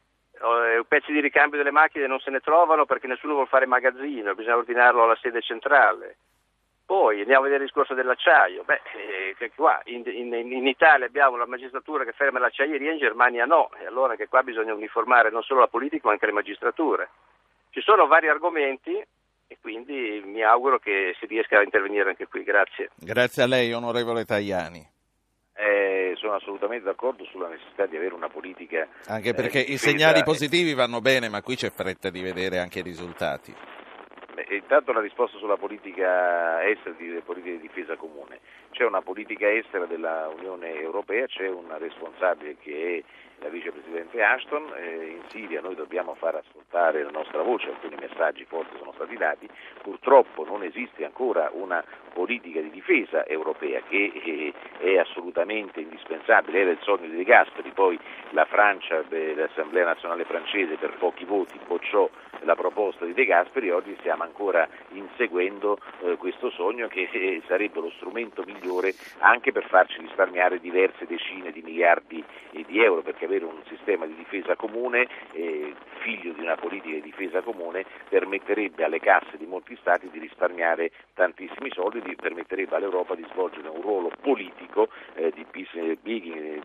pezzi di ricambio delle macchine non se ne trovano perché nessuno vuole fare magazzino, bisogna ordinarlo alla sede centrale. Poi andiamo a vedere il discorso dell'acciaio. Qua in Italia abbiamo la magistratura che ferma l'acciaieria, in Germania no, e allora anche qua bisogna uniformare non solo la politica ma anche le magistrature. Ci sono vari argomenti e quindi mi auguro che si riesca a intervenire anche qui. Grazie. Grazie a lei, onorevole Tajani. Sono assolutamente d'accordo sulla necessità di avere una politica. Anche perché i segnali positivi vanno bene, ma qui c'è fretta di vedere anche i risultati. Intanto la risposta sulla politica estera e politica di difesa comune. C'è una politica estera della Unione Europea, c'è un responsabile che è la vicepresidente Ashton, in Siria noi dobbiamo far ascoltare la nostra voce, alcuni messaggi forti sono stati dati, purtroppo non esiste ancora una politica di difesa europea che è assolutamente indispensabile, era il sogno di De Gasperi, poi la Francia, l'Assemblea nazionale francese per pochi voti bocciò la proposta di De Gasperi, oggi stiamo ancora inseguendo questo sogno che sarebbe lo strumento migliore anche per farci risparmiare diverse decine di miliardi di euro, perché avere un sistema di difesa comune, figlio di una politica di difesa comune, permetterebbe alle casse di molti stati di risparmiare tantissimi soldi, permetterebbe all'Europa di svolgere un ruolo politico di peacekeeping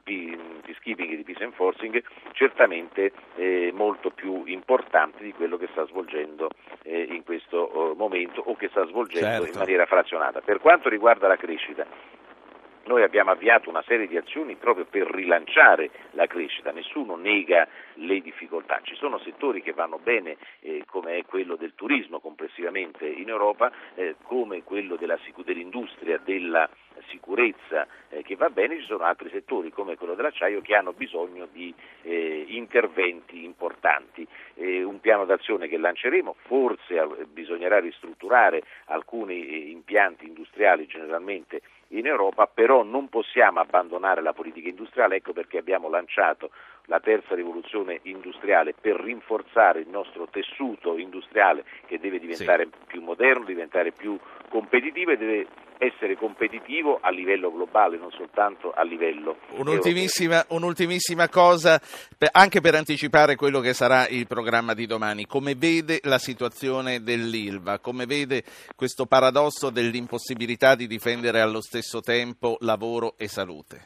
e di peace enforcing certamente molto più importante di quello che sta svolgendo in questo momento o che sta svolgendo in maniera frazionata. Per quanto riguarda la crescita, noi abbiamo avviato una serie di azioni proprio per rilanciare la crescita, nessuno nega le difficoltà, ci sono settori che vanno bene come è quello del turismo complessivamente in Europa, come quello dell'industria, della sicurezza che va bene, ci sono altri settori come quello dell'acciaio che hanno bisogno di interventi importanti, un piano d'azione che lanceremo, forse bisognerà ristrutturare alcuni impianti industriali generalmente in Europa, però non possiamo abbandonare la politica industriale, ecco perché abbiamo lanciato la terza rivoluzione industriale per rinforzare il nostro tessuto industriale che deve diventare più moderno, diventare più competitivo e deve essere competitivo a livello globale, non soltanto a livello un'ultimissima cosa, anche per anticipare quello che sarà il programma di domani. Come vede la situazione dell'Ilva? Come vede questo paradosso dell'impossibilità di difendere allo stesso tempo lavoro e salute?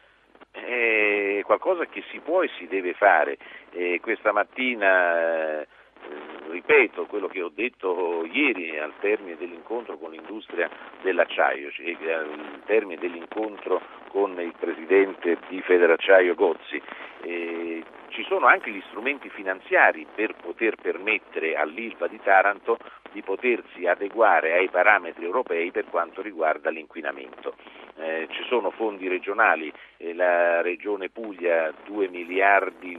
È qualcosa che si può e si deve fare. Questa mattina ripeto quello che ho detto ieri al termine dell'incontro con l'industria dell'acciaio, al termine dell'incontro con il presidente di Federacciaio Gozzi. Ci sono anche gli strumenti finanziari per poter permettere all'Ilva di Taranto di potersi adeguare ai parametri europei per quanto riguarda l'inquinamento. Ci sono fondi regionali, la Regione Puglia 2,6 miliardi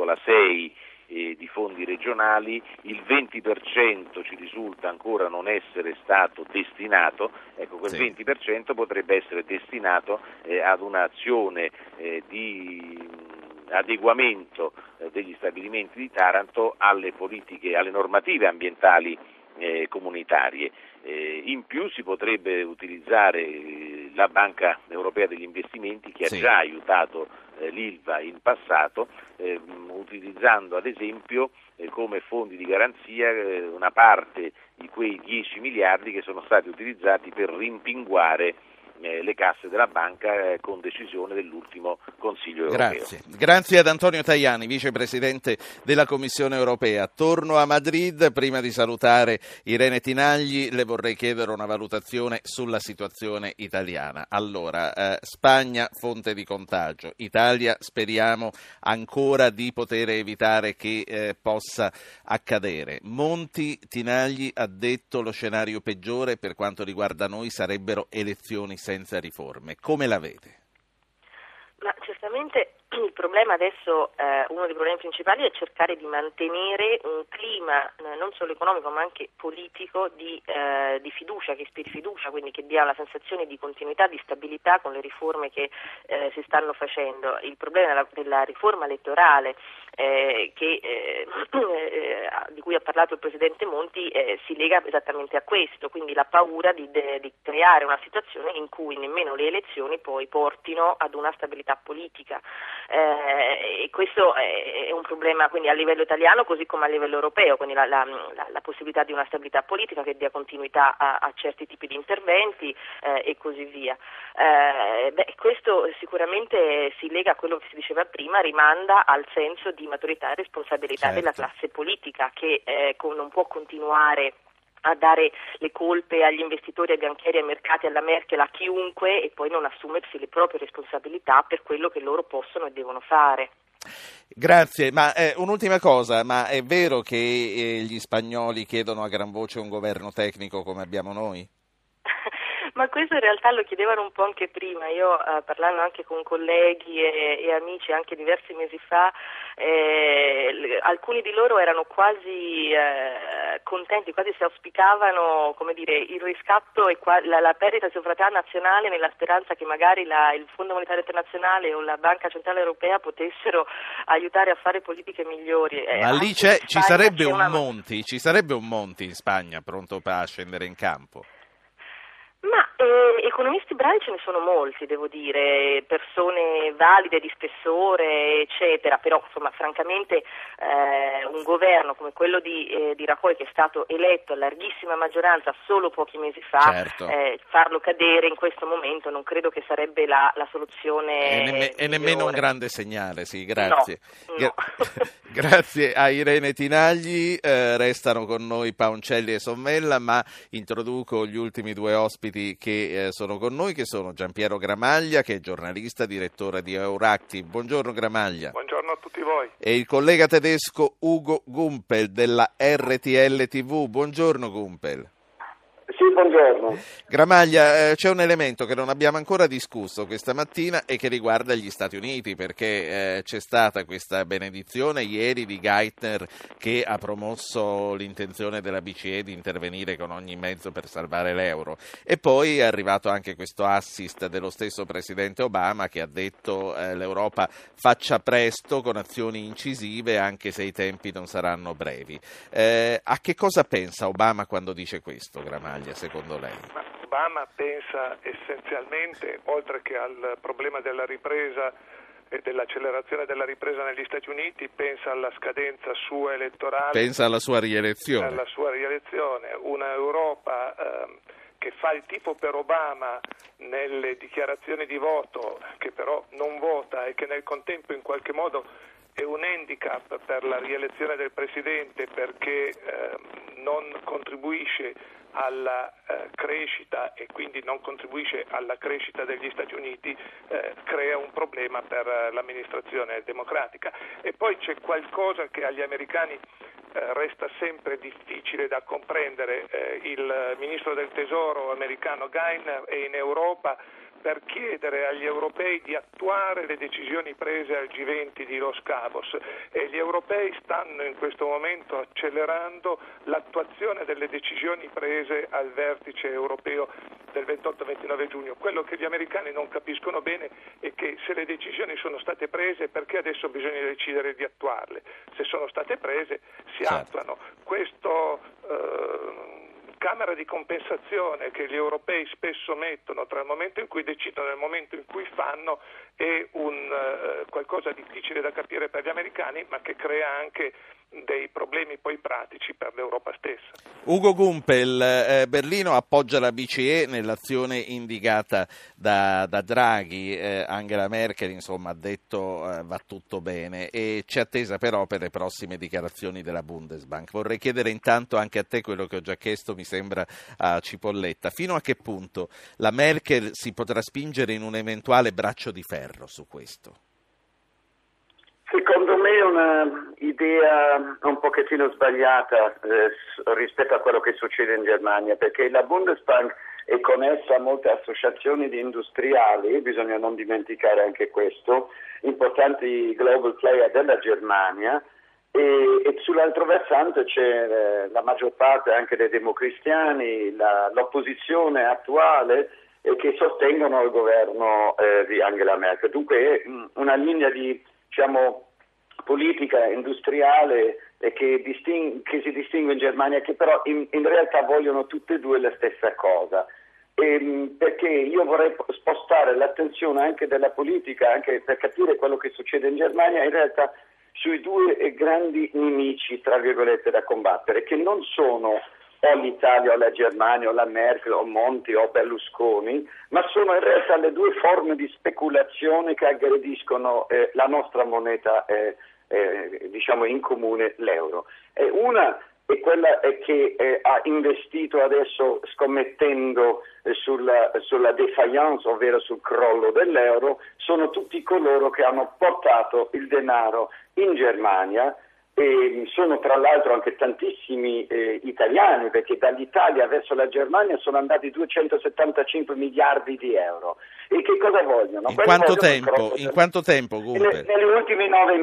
di fondi regionali, il 20% ci risulta ancora non essere stato destinato, ecco quel 20% potrebbe essere destinato ad un'azione di adeguamento degli stabilimenti di Taranto alle politiche, alle normative ambientali comunitarie. In più si potrebbe utilizzare la Banca Europea degli Investimenti che ha già aiutato l'Ilva in passato, utilizzando ad esempio come fondi di garanzia una parte di quei 10 miliardi che sono stati utilizzati per rimpinguare le casse della banca con decisione dell'ultimo Consiglio europeo. Grazie ad Antonio Tajani, vicepresidente della Commissione europea. Torno a Madrid, prima di salutare Irene Tinagli le vorrei chiedere una valutazione sulla situazione italiana. Allora, Spagna fonte di contagio, Italia speriamo ancora di poter evitare che possa accadere. Monti, Tinagli ha detto lo scenario peggiore per quanto riguarda noi sarebbero elezioni senza riforme. Come la vede? Ma certamente il problema adesso, uno dei problemi principali è cercare di mantenere un clima non solo economico ma anche politico di fiducia, che ispiri fiducia, quindi che dia la sensazione di continuità, di stabilità con le riforme che si stanno facendo. Il problema della riforma elettorale di cui ha parlato il Presidente Monti si lega esattamente a questo, quindi la paura di creare una situazione in cui nemmeno le elezioni poi portino ad una stabilità politica. E questo è un problema quindi a livello italiano così come a livello europeo, quindi la possibilità di una stabilità politica che dia continuità a certi tipi di interventi e così via. Questo sicuramente si lega a quello che si diceva prima, rimanda al senso di maturità e responsabilità della classe politica che non può continuare a dare le colpe agli investitori, ai banchieri, ai mercati, alla Merkel, a chiunque e poi non assumersi le proprie responsabilità per quello che loro possono e devono fare. Grazie, ma un'ultima cosa, ma è vero che gli spagnoli chiedono a gran voce un governo tecnico come abbiamo noi? Ma questo in realtà lo chiedevano un po' anche prima, io parlando anche con colleghi e amici anche diversi mesi fa, alcuni di loro erano quasi contenti, quasi si auspicavano, come dire, il riscatto e la perdita di sovranità nazionale nella speranza che magari il Fondo Monetario Internazionale o la Banca Centrale Europea potessero aiutare a fare politiche migliori. Ma lì ci sarebbe un Monti in Spagna pronto a scendere in campo? Ma economisti bravi ce ne sono molti, devo dire, persone valide, di spessore, eccetera, però insomma francamente un governo come quello di Rajoy, che è stato eletto a larghissima maggioranza solo pochi mesi fa, certo. Farlo cadere in questo momento non credo che sarebbe la soluzione e nemmeno un grande segnale, sì, grazie. No. Grazie a Irene Tinagli, restano con noi Paoncelli e Sommella, ma introduco gli ultimi due ospiti che sono con noi, che sono Giampiero Gramaglia, che è giornalista, direttore di Euractiv. Buongiorno Gramaglia. Buongiorno a tutti voi. E il collega tedesco Ugo Gumpel della RTL TV. Buongiorno Gumpel. Sì, buongiorno. Gramaglia, c'è un elemento che non abbiamo ancora discusso questa mattina e che riguarda gli Stati Uniti, perché c'è stata questa benedizione ieri di Geithner che ha promosso l'intenzione della BCE di intervenire con ogni mezzo per salvare l'euro, e poi è arrivato anche questo assist dello stesso presidente Obama che ha detto l'Europa faccia presto con azioni incisive anche se i tempi non saranno brevi. A che cosa pensa Obama quando dice questo, Gramaglia? Secondo lei? Ma Obama pensa essenzialmente, oltre che al problema della ripresa e dell'accelerazione della ripresa negli Stati Uniti, pensa alla scadenza sua elettorale. Pensa alla sua rielezione. Una Europa che fa il tifo per Obama nelle dichiarazioni di voto, che però non vota e che nel contempo in qualche modo è un handicap per la rielezione del Presidente perché non contribuisce alla crescita e quindi non contribuisce alla crescita degli Stati Uniti, crea un problema per l'amministrazione democratica. E poi c'è qualcosa che agli americani resta sempre difficile da comprendere. Il ministro del Tesoro americano Geithner è in Europa per chiedere agli europei di attuare le decisioni prese al G20 di Los Cabos, e gli europei stanno in questo momento accelerando l'attuazione delle decisioni prese al vertice europeo del 28-29 giugno. Quello che gli americani non capiscono bene è che se le decisioni sono state prese, perché adesso bisogna decidere di attuarle? Se sono state prese si attuano. Questo camera di compensazione che gli europei spesso mettono tra il momento in cui decidono e il momento in cui fanno è qualcosa difficile da capire per gli americani, ma che crea anche dei problemi poi pratici per l'Europa stessa. Ugo Gumpel, Berlino appoggia la BCE nell'azione indicata da Draghi, Angela Merkel insomma ha detto va tutto bene, e c'è attesa però per le prossime dichiarazioni della Bundesbank. Vorrei chiedere intanto anche a te quello che ho già chiesto, mi sembra, a Cipolletta: fino a che punto la Merkel si potrà spingere in un eventuale braccio di ferro su questo? Secondo me è un'idea un pochettino sbagliata rispetto a quello che succede in Germania, perché la Bundesbank e con essa molte associazioni di industriali, bisogna non dimenticare anche questo, importanti global player della Germania, e sull'altro versante c'è la maggior parte anche dei democristiani, l'opposizione attuale che sostengono il governo di Angela Merkel. Dunque è una linea di politica industriale che si distingue in Germania, che però in realtà vogliono tutte e due la stessa cosa. Perché io vorrei spostare l'attenzione anche della politica, anche per capire quello che succede in Germania, in realtà sui due grandi nemici, tra virgolette, da combattere, che non sono o l'Italia o la Germania o la Merkel o Monti o Berlusconi, ma sono in realtà le due forme di speculazione che aggrediscono la nostra moneta in comune, l'euro. Una è quella che ha investito adesso scommettendo sulla défaillance, ovvero sul crollo dell'euro, sono tutti coloro che hanno portato il denaro in Germania, e sono tra l'altro anche tantissimi italiani, perché dall'Italia verso la Germania sono andati 275 miliardi di euro. E che cosa vogliono? In quanto tempo? Negli ultimi 9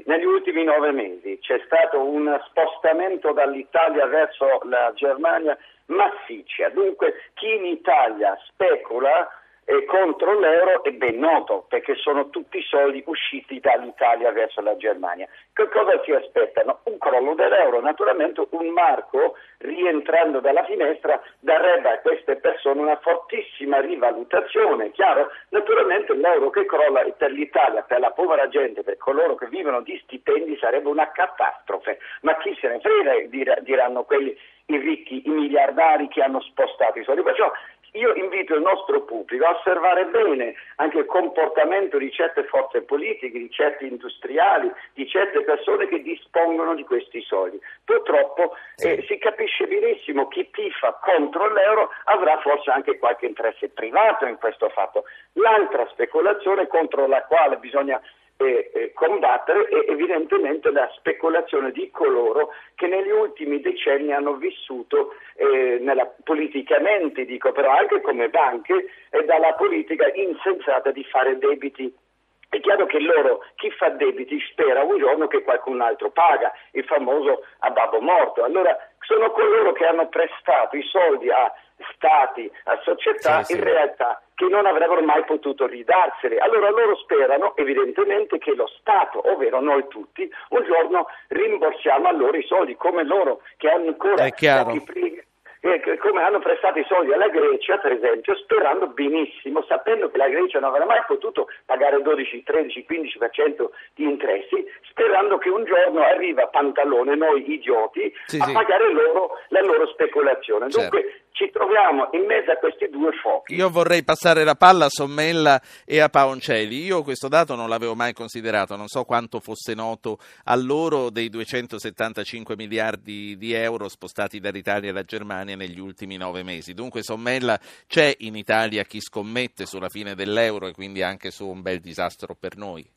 mesi c'è stato un spostamento dall'Italia verso la Germania massiccia. Dunque chi in Italia specula contro l'euro è ben noto, perché sono tutti soldi usciti dall'Italia verso la Germania. Che cosa si aspettano? Un crollo dell'euro. Naturalmente un marco, rientrando dalla finestra, darebbe a queste persone una fortissima rivalutazione. Chiaro? Naturalmente l'euro che crolla per l'Italia, per la povera gente, per coloro che vivono di stipendi, sarebbe una catastrofe. Ma chi se ne frega, diranno quelli, i ricchi, i miliardari che hanno spostato i soldi. Perciò io invito il nostro pubblico a osservare bene anche il comportamento di certe forze politiche, di certi industriali, di certe persone che dispongono di questi soldi. Purtroppo si capisce benissimo chi tifa contro l'euro avrà forse anche qualche interesse privato in questo fatto. L'altra speculazione contro la quale bisogna combattere è evidentemente la speculazione di coloro che negli ultimi decenni hanno vissuto politicamente, dico, però anche come banche, dalla politica insensata di fare debiti. È chiaro che chi fa debiti spera un giorno che qualcun altro paga, il famoso a babbo morto. Allora sono coloro che hanno prestato i soldi a stati, a società, in realtà che non avrebbero mai potuto ridarseli. Allora loro sperano evidentemente che lo Stato, ovvero noi tutti, un giorno rimborsiamo a loro i soldi, come loro che hanno ancora come hanno prestato i soldi alla Grecia, per esempio, sperando benissimo, sapendo che la Grecia non avrà mai potuto pagare 12, 13, 15% di interessi, sperando che un giorno arriva Pantalone, noi idioti, a pagare la loro speculazione. Dunque ci troviamo in mezzo a questi due fuochi. Io vorrei passare la palla a Sommella e a Paoncelli. Io questo dato non l'avevo mai considerato, non so quanto fosse noto a loro dei 275 miliardi di euro spostati dall'Italia alla Germania negli ultimi 9 mesi. Dunque, Sommella, c'è in Italia chi scommette sulla fine dell'euro e quindi anche su un bel disastro per noi?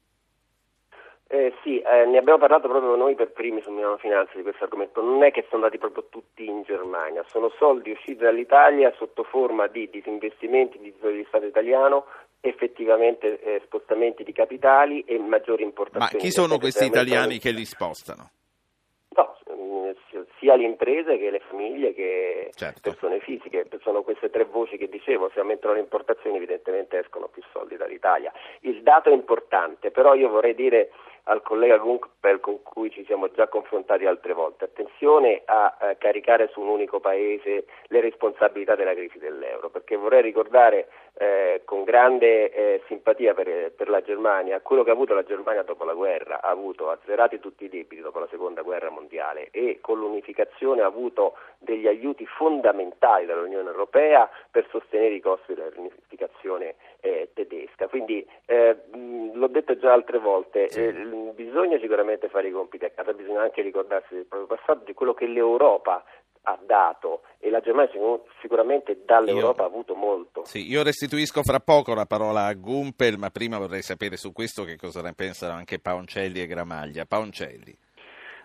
Ne abbiamo parlato proprio noi per primi su Milano Finanza di questo argomento. Non è che sono andati proprio tutti in Germania, sono soldi usciti dall'Italia sotto forma di disinvestimenti di titoli di Stato italiano, effettivamente spostamenti di capitali e maggiori importazioni. Ma chi sono questi italiani che li spostano? No, sia le imprese che le famiglie che persone fisiche. Sono queste tre voci che dicevo: se aumentano le importazioni evidentemente escono più soldi dall'Italia. Il dato è importante, però io vorrei dire al collega Gumpel, con cui ci siamo già confrontati altre volte, attenzione a caricare su un unico paese le responsabilità della crisi dell'euro, perché vorrei ricordare con grande simpatia per la Germania quello che ha avuto la Germania dopo la guerra. Ha avuto azzerati tutti i debiti dopo la seconda guerra mondiale e con l'unificazione ha avuto degli aiuti fondamentali dall'Unione Europea per sostenere i costi della riunificazione tedesca. Quindi l'ho detto già altre volte, bisogna sicuramente fare i compiti a casa, bisogna anche ricordarsi del proprio passato, di quello che l'Europa ha dato, e la Germania sicuramente dall'Europa ha avuto molto. Io restituisco fra poco la parola a Gumpel, ma prima vorrei sapere su questo che cosa ne pensano anche Paoncelli e Gramaglia. Paoncelli.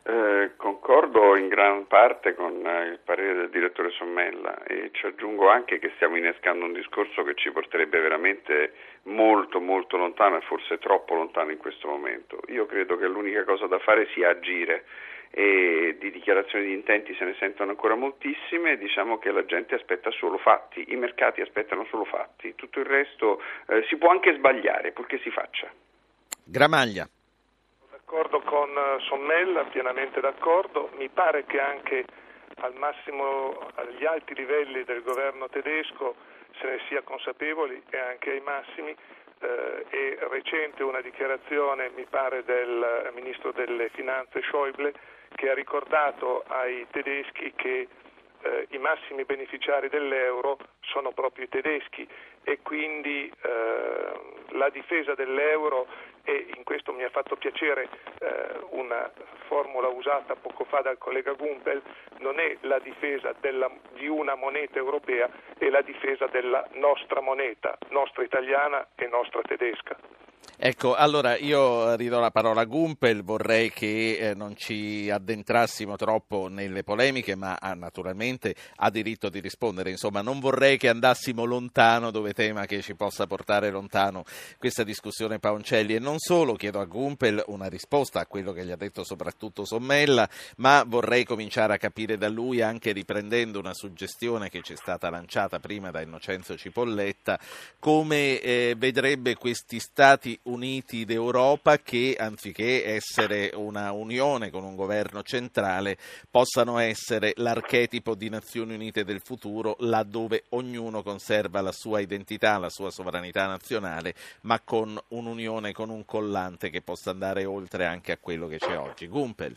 Concordo in gran parte con il parere del direttore Sommella e ci aggiungo anche che stiamo innescando un discorso che ci porterebbe veramente molto molto lontano e forse troppo lontano in questo momento. Io credo che l'unica cosa da fare sia agire e di dichiarazioni di intenti se ne sentono ancora moltissime. Diciamo che la gente aspetta solo fatti, i mercati aspettano solo fatti, tutto il resto si può anche sbagliare purché si faccia. Gramaglia. D'accordo con Sommella, pienamente d'accordo. Mi pare che anche al massimo agli alti livelli del governo tedesco se ne sia consapevoli e anche ai massimi. È recente una dichiarazione, mi pare, del ministro delle finanze Schäuble, che ha ricordato ai tedeschi che i massimi beneficiari dell'euro sono proprio i tedeschi e quindi la difesa dell'euro, e in questo mi ha fatto piacere una formula usata poco fa dal collega Gumpel, non è la difesa di una moneta europea, è la difesa della nostra moneta, nostra italiana e nostra tedesca. Ecco, allora io ridò la parola a Gumpel, vorrei che non ci addentrassimo troppo nelle polemiche, ma naturalmente ha diritto di rispondere, insomma non vorrei che andassimo lontano dove tema che ci possa portare lontano questa discussione Paoncelli, e non solo, chiedo a Gumpel una risposta a quello che gli ha detto soprattutto Sommella, ma vorrei cominciare a capire da lui, anche riprendendo una suggestione che ci è stata lanciata prima da Innocenzo Cipolletta, come vedrebbe questi Stati Uniti d'Europa che, anziché essere una unione con un governo centrale, possano essere l'archetipo di Nazioni Unite del futuro, laddove ognuno conserva la sua identità, la sua sovranità nazionale, ma con un'unione, con un collante che possa andare oltre anche a quello che c'è oggi. Gumpel.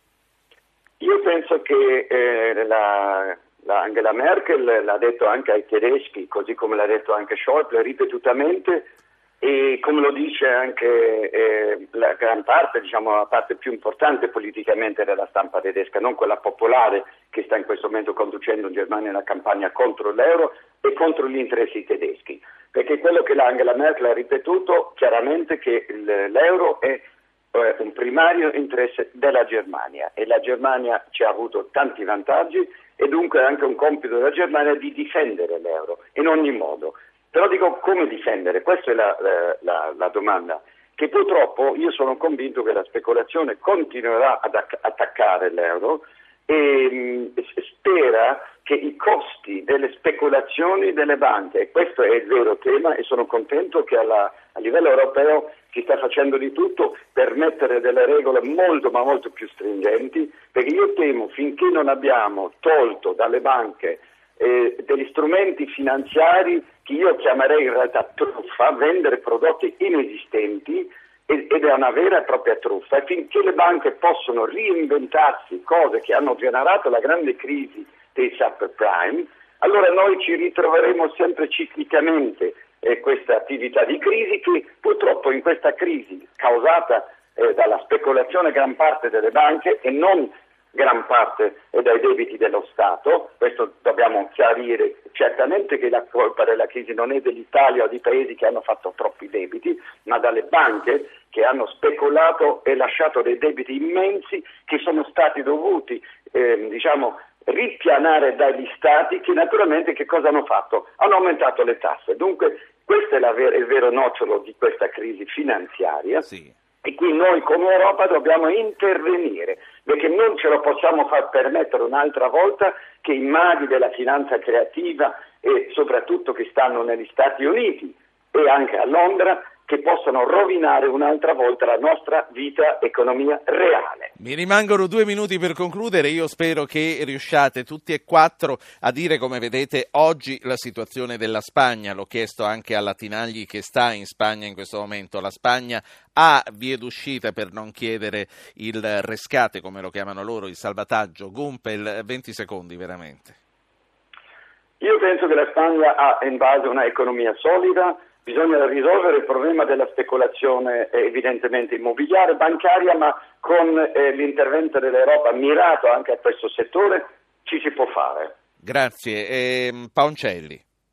Io penso che la Angela Merkel l'ha detto anche ai tedeschi, così come l'ha detto anche Schäuble ripetutamente, e come lo dice anche la gran parte, diciamo la parte più importante politicamente della stampa tedesca, non quella popolare che sta in questo momento conducendo in Germania la campagna contro l'euro e contro gli interessi tedeschi, perché quello che Angela Merkel ha ripetuto chiaramente che l'euro è un primario interesse della Germania e la Germania ci ha avuto tanti vantaggi e dunque è anche un compito della Germania di difendere l'euro in ogni modo. Però dico come difendere, questa è la domanda, che purtroppo io sono convinto che la speculazione continuerà ad attaccare l'euro e spera che i costi delle speculazioni delle banche, e questo è il vero tema, e sono contento che a livello europeo si sta facendo di tutto per mettere delle regole molto ma molto più stringenti, perché io temo finché non abbiamo tolto dalle banche degli strumenti finanziari che io chiamerei in realtà truffa, vendere prodotti inesistenti, ed è una vera e propria truffa, e finché le banche possono reinventarsi cose che hanno generato la grande crisi dei subprime, allora noi ci ritroveremo sempre ciclicamente questa attività di crisi che purtroppo in questa crisi causata dalla speculazione gran parte delle banche e non gran parte dai debiti dello Stato, questo dobbiamo chiarire, certamente che la colpa della crisi non è dell'Italia o di paesi che hanno fatto troppi debiti, ma dalle banche che hanno speculato e lasciato dei debiti immensi che sono stati dovuti, ripianare dagli Stati che naturalmente che cosa hanno fatto? Hanno aumentato le tasse, dunque questo è il vero nocciolo di questa crisi finanziaria. Sì. E qui noi come Europa dobbiamo intervenire, perché non ce lo possiamo far permettere un'altra volta che i maghi della finanza creativa e soprattutto che stanno negli Stati Uniti e anche a Londra che possano rovinare un'altra volta la nostra vita, economia reale. Mi rimangono 2 minuti per concludere, io spero che riusciate tutti e 4 a dire come vedete oggi la situazione della Spagna. L'ho chiesto anche alla Tinagli che sta in Spagna in questo momento. La Spagna ha vie d'uscita per non chiedere il rescate, come lo chiamano loro, il salvataggio. Gumpel, 20 secondi veramente. Io penso che la Spagna ha in base una economia solida. Bisogna risolvere il problema della speculazione evidentemente immobiliare, bancaria, ma con l'intervento dell'Europa mirato anche a questo settore ci si può fare. Grazie. Paoncelli.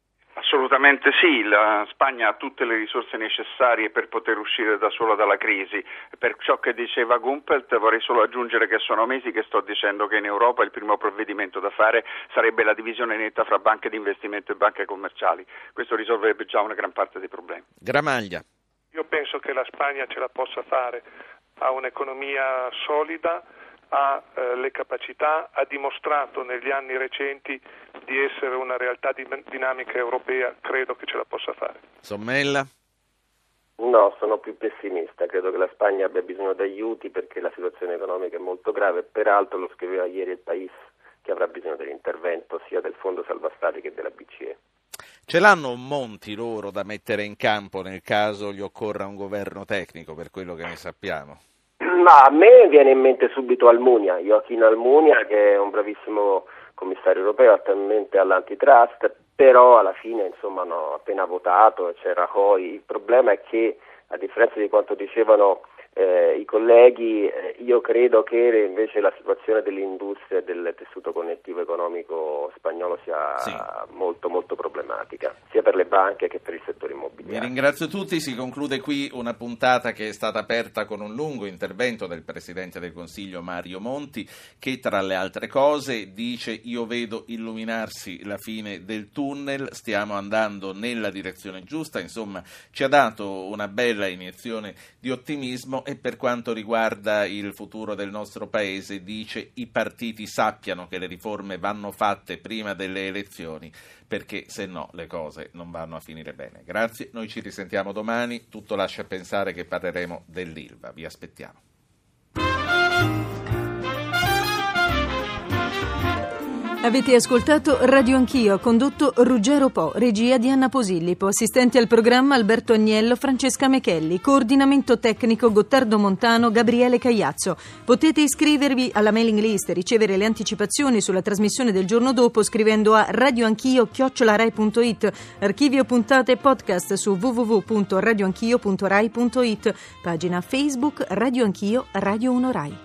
Assolutamente sì, la Spagna ha tutte le risorse necessarie per poter uscire da sola dalla crisi. Per ciò che diceva Gumpelt vorrei solo aggiungere che sono mesi che sto dicendo che in Europa il primo provvedimento da fare sarebbe la divisione netta fra banche di investimento e banche commerciali. Questo risolverebbe già una gran parte dei problemi. Gramaglia. Io penso che la Spagna ce la possa fare, ha un'economia solida, ha le capacità, ha dimostrato negli anni recenti di essere una realtà dinamica europea, credo che ce la possa fare. Sommella? No, sono più pessimista, credo che la Spagna abbia bisogno di aiuti perché la situazione economica è molto grave, peraltro lo scriveva ieri il País che avrà bisogno dell'intervento sia del Fondo Salva Stati che della BCE. Ce l'hanno un Monti loro da mettere in campo nel caso gli occorra un governo tecnico, per quello che ne sappiamo? Ma a me viene in mente subito Almunia, Joaquín Almunia, che è un bravissimo commissario europeo attualmente all'antitrust, però alla fine insomma no, appena votato c'è Rajoy. Il problema è che a differenza di quanto dicevano i colleghi, io credo che invece la situazione dell'industria e del tessuto connettivo economico spagnolo sia molto molto problematica, sia per le banche che per il settore immobiliare. Vi ringrazio tutti, si conclude qui una puntata che è stata aperta con un lungo intervento del Presidente del Consiglio Mario Monti, che tra le altre cose dice: io vedo illuminarsi la fine del tunnel, stiamo andando nella direzione giusta, insomma ci ha dato una bella iniezione di ottimismo. E per quanto riguarda il futuro del nostro paese dice: i partiti sappiano che le riforme vanno fatte prima delle elezioni, perché se no le cose non vanno a finire bene. Grazie, noi ci risentiamo domani, tutto lascia pensare che parleremo dell'Ilva, vi aspettiamo. Avete ascoltato Radio Anch'io, condotto Ruggero Po, regia di Anna Posillipo, assistenti al programma Alberto Agnello, Francesca Mechelli, coordinamento tecnico Gottardo Montano, Gabriele Cagliazzo. Potete iscrivervi alla mailing list e ricevere le anticipazioni sulla trasmissione del giorno dopo scrivendo a radioanchio@rai.it, archivio puntate e podcast su www.radioanchio.rai.it, pagina Facebook Radio Anch'io, Radio 1 Rai.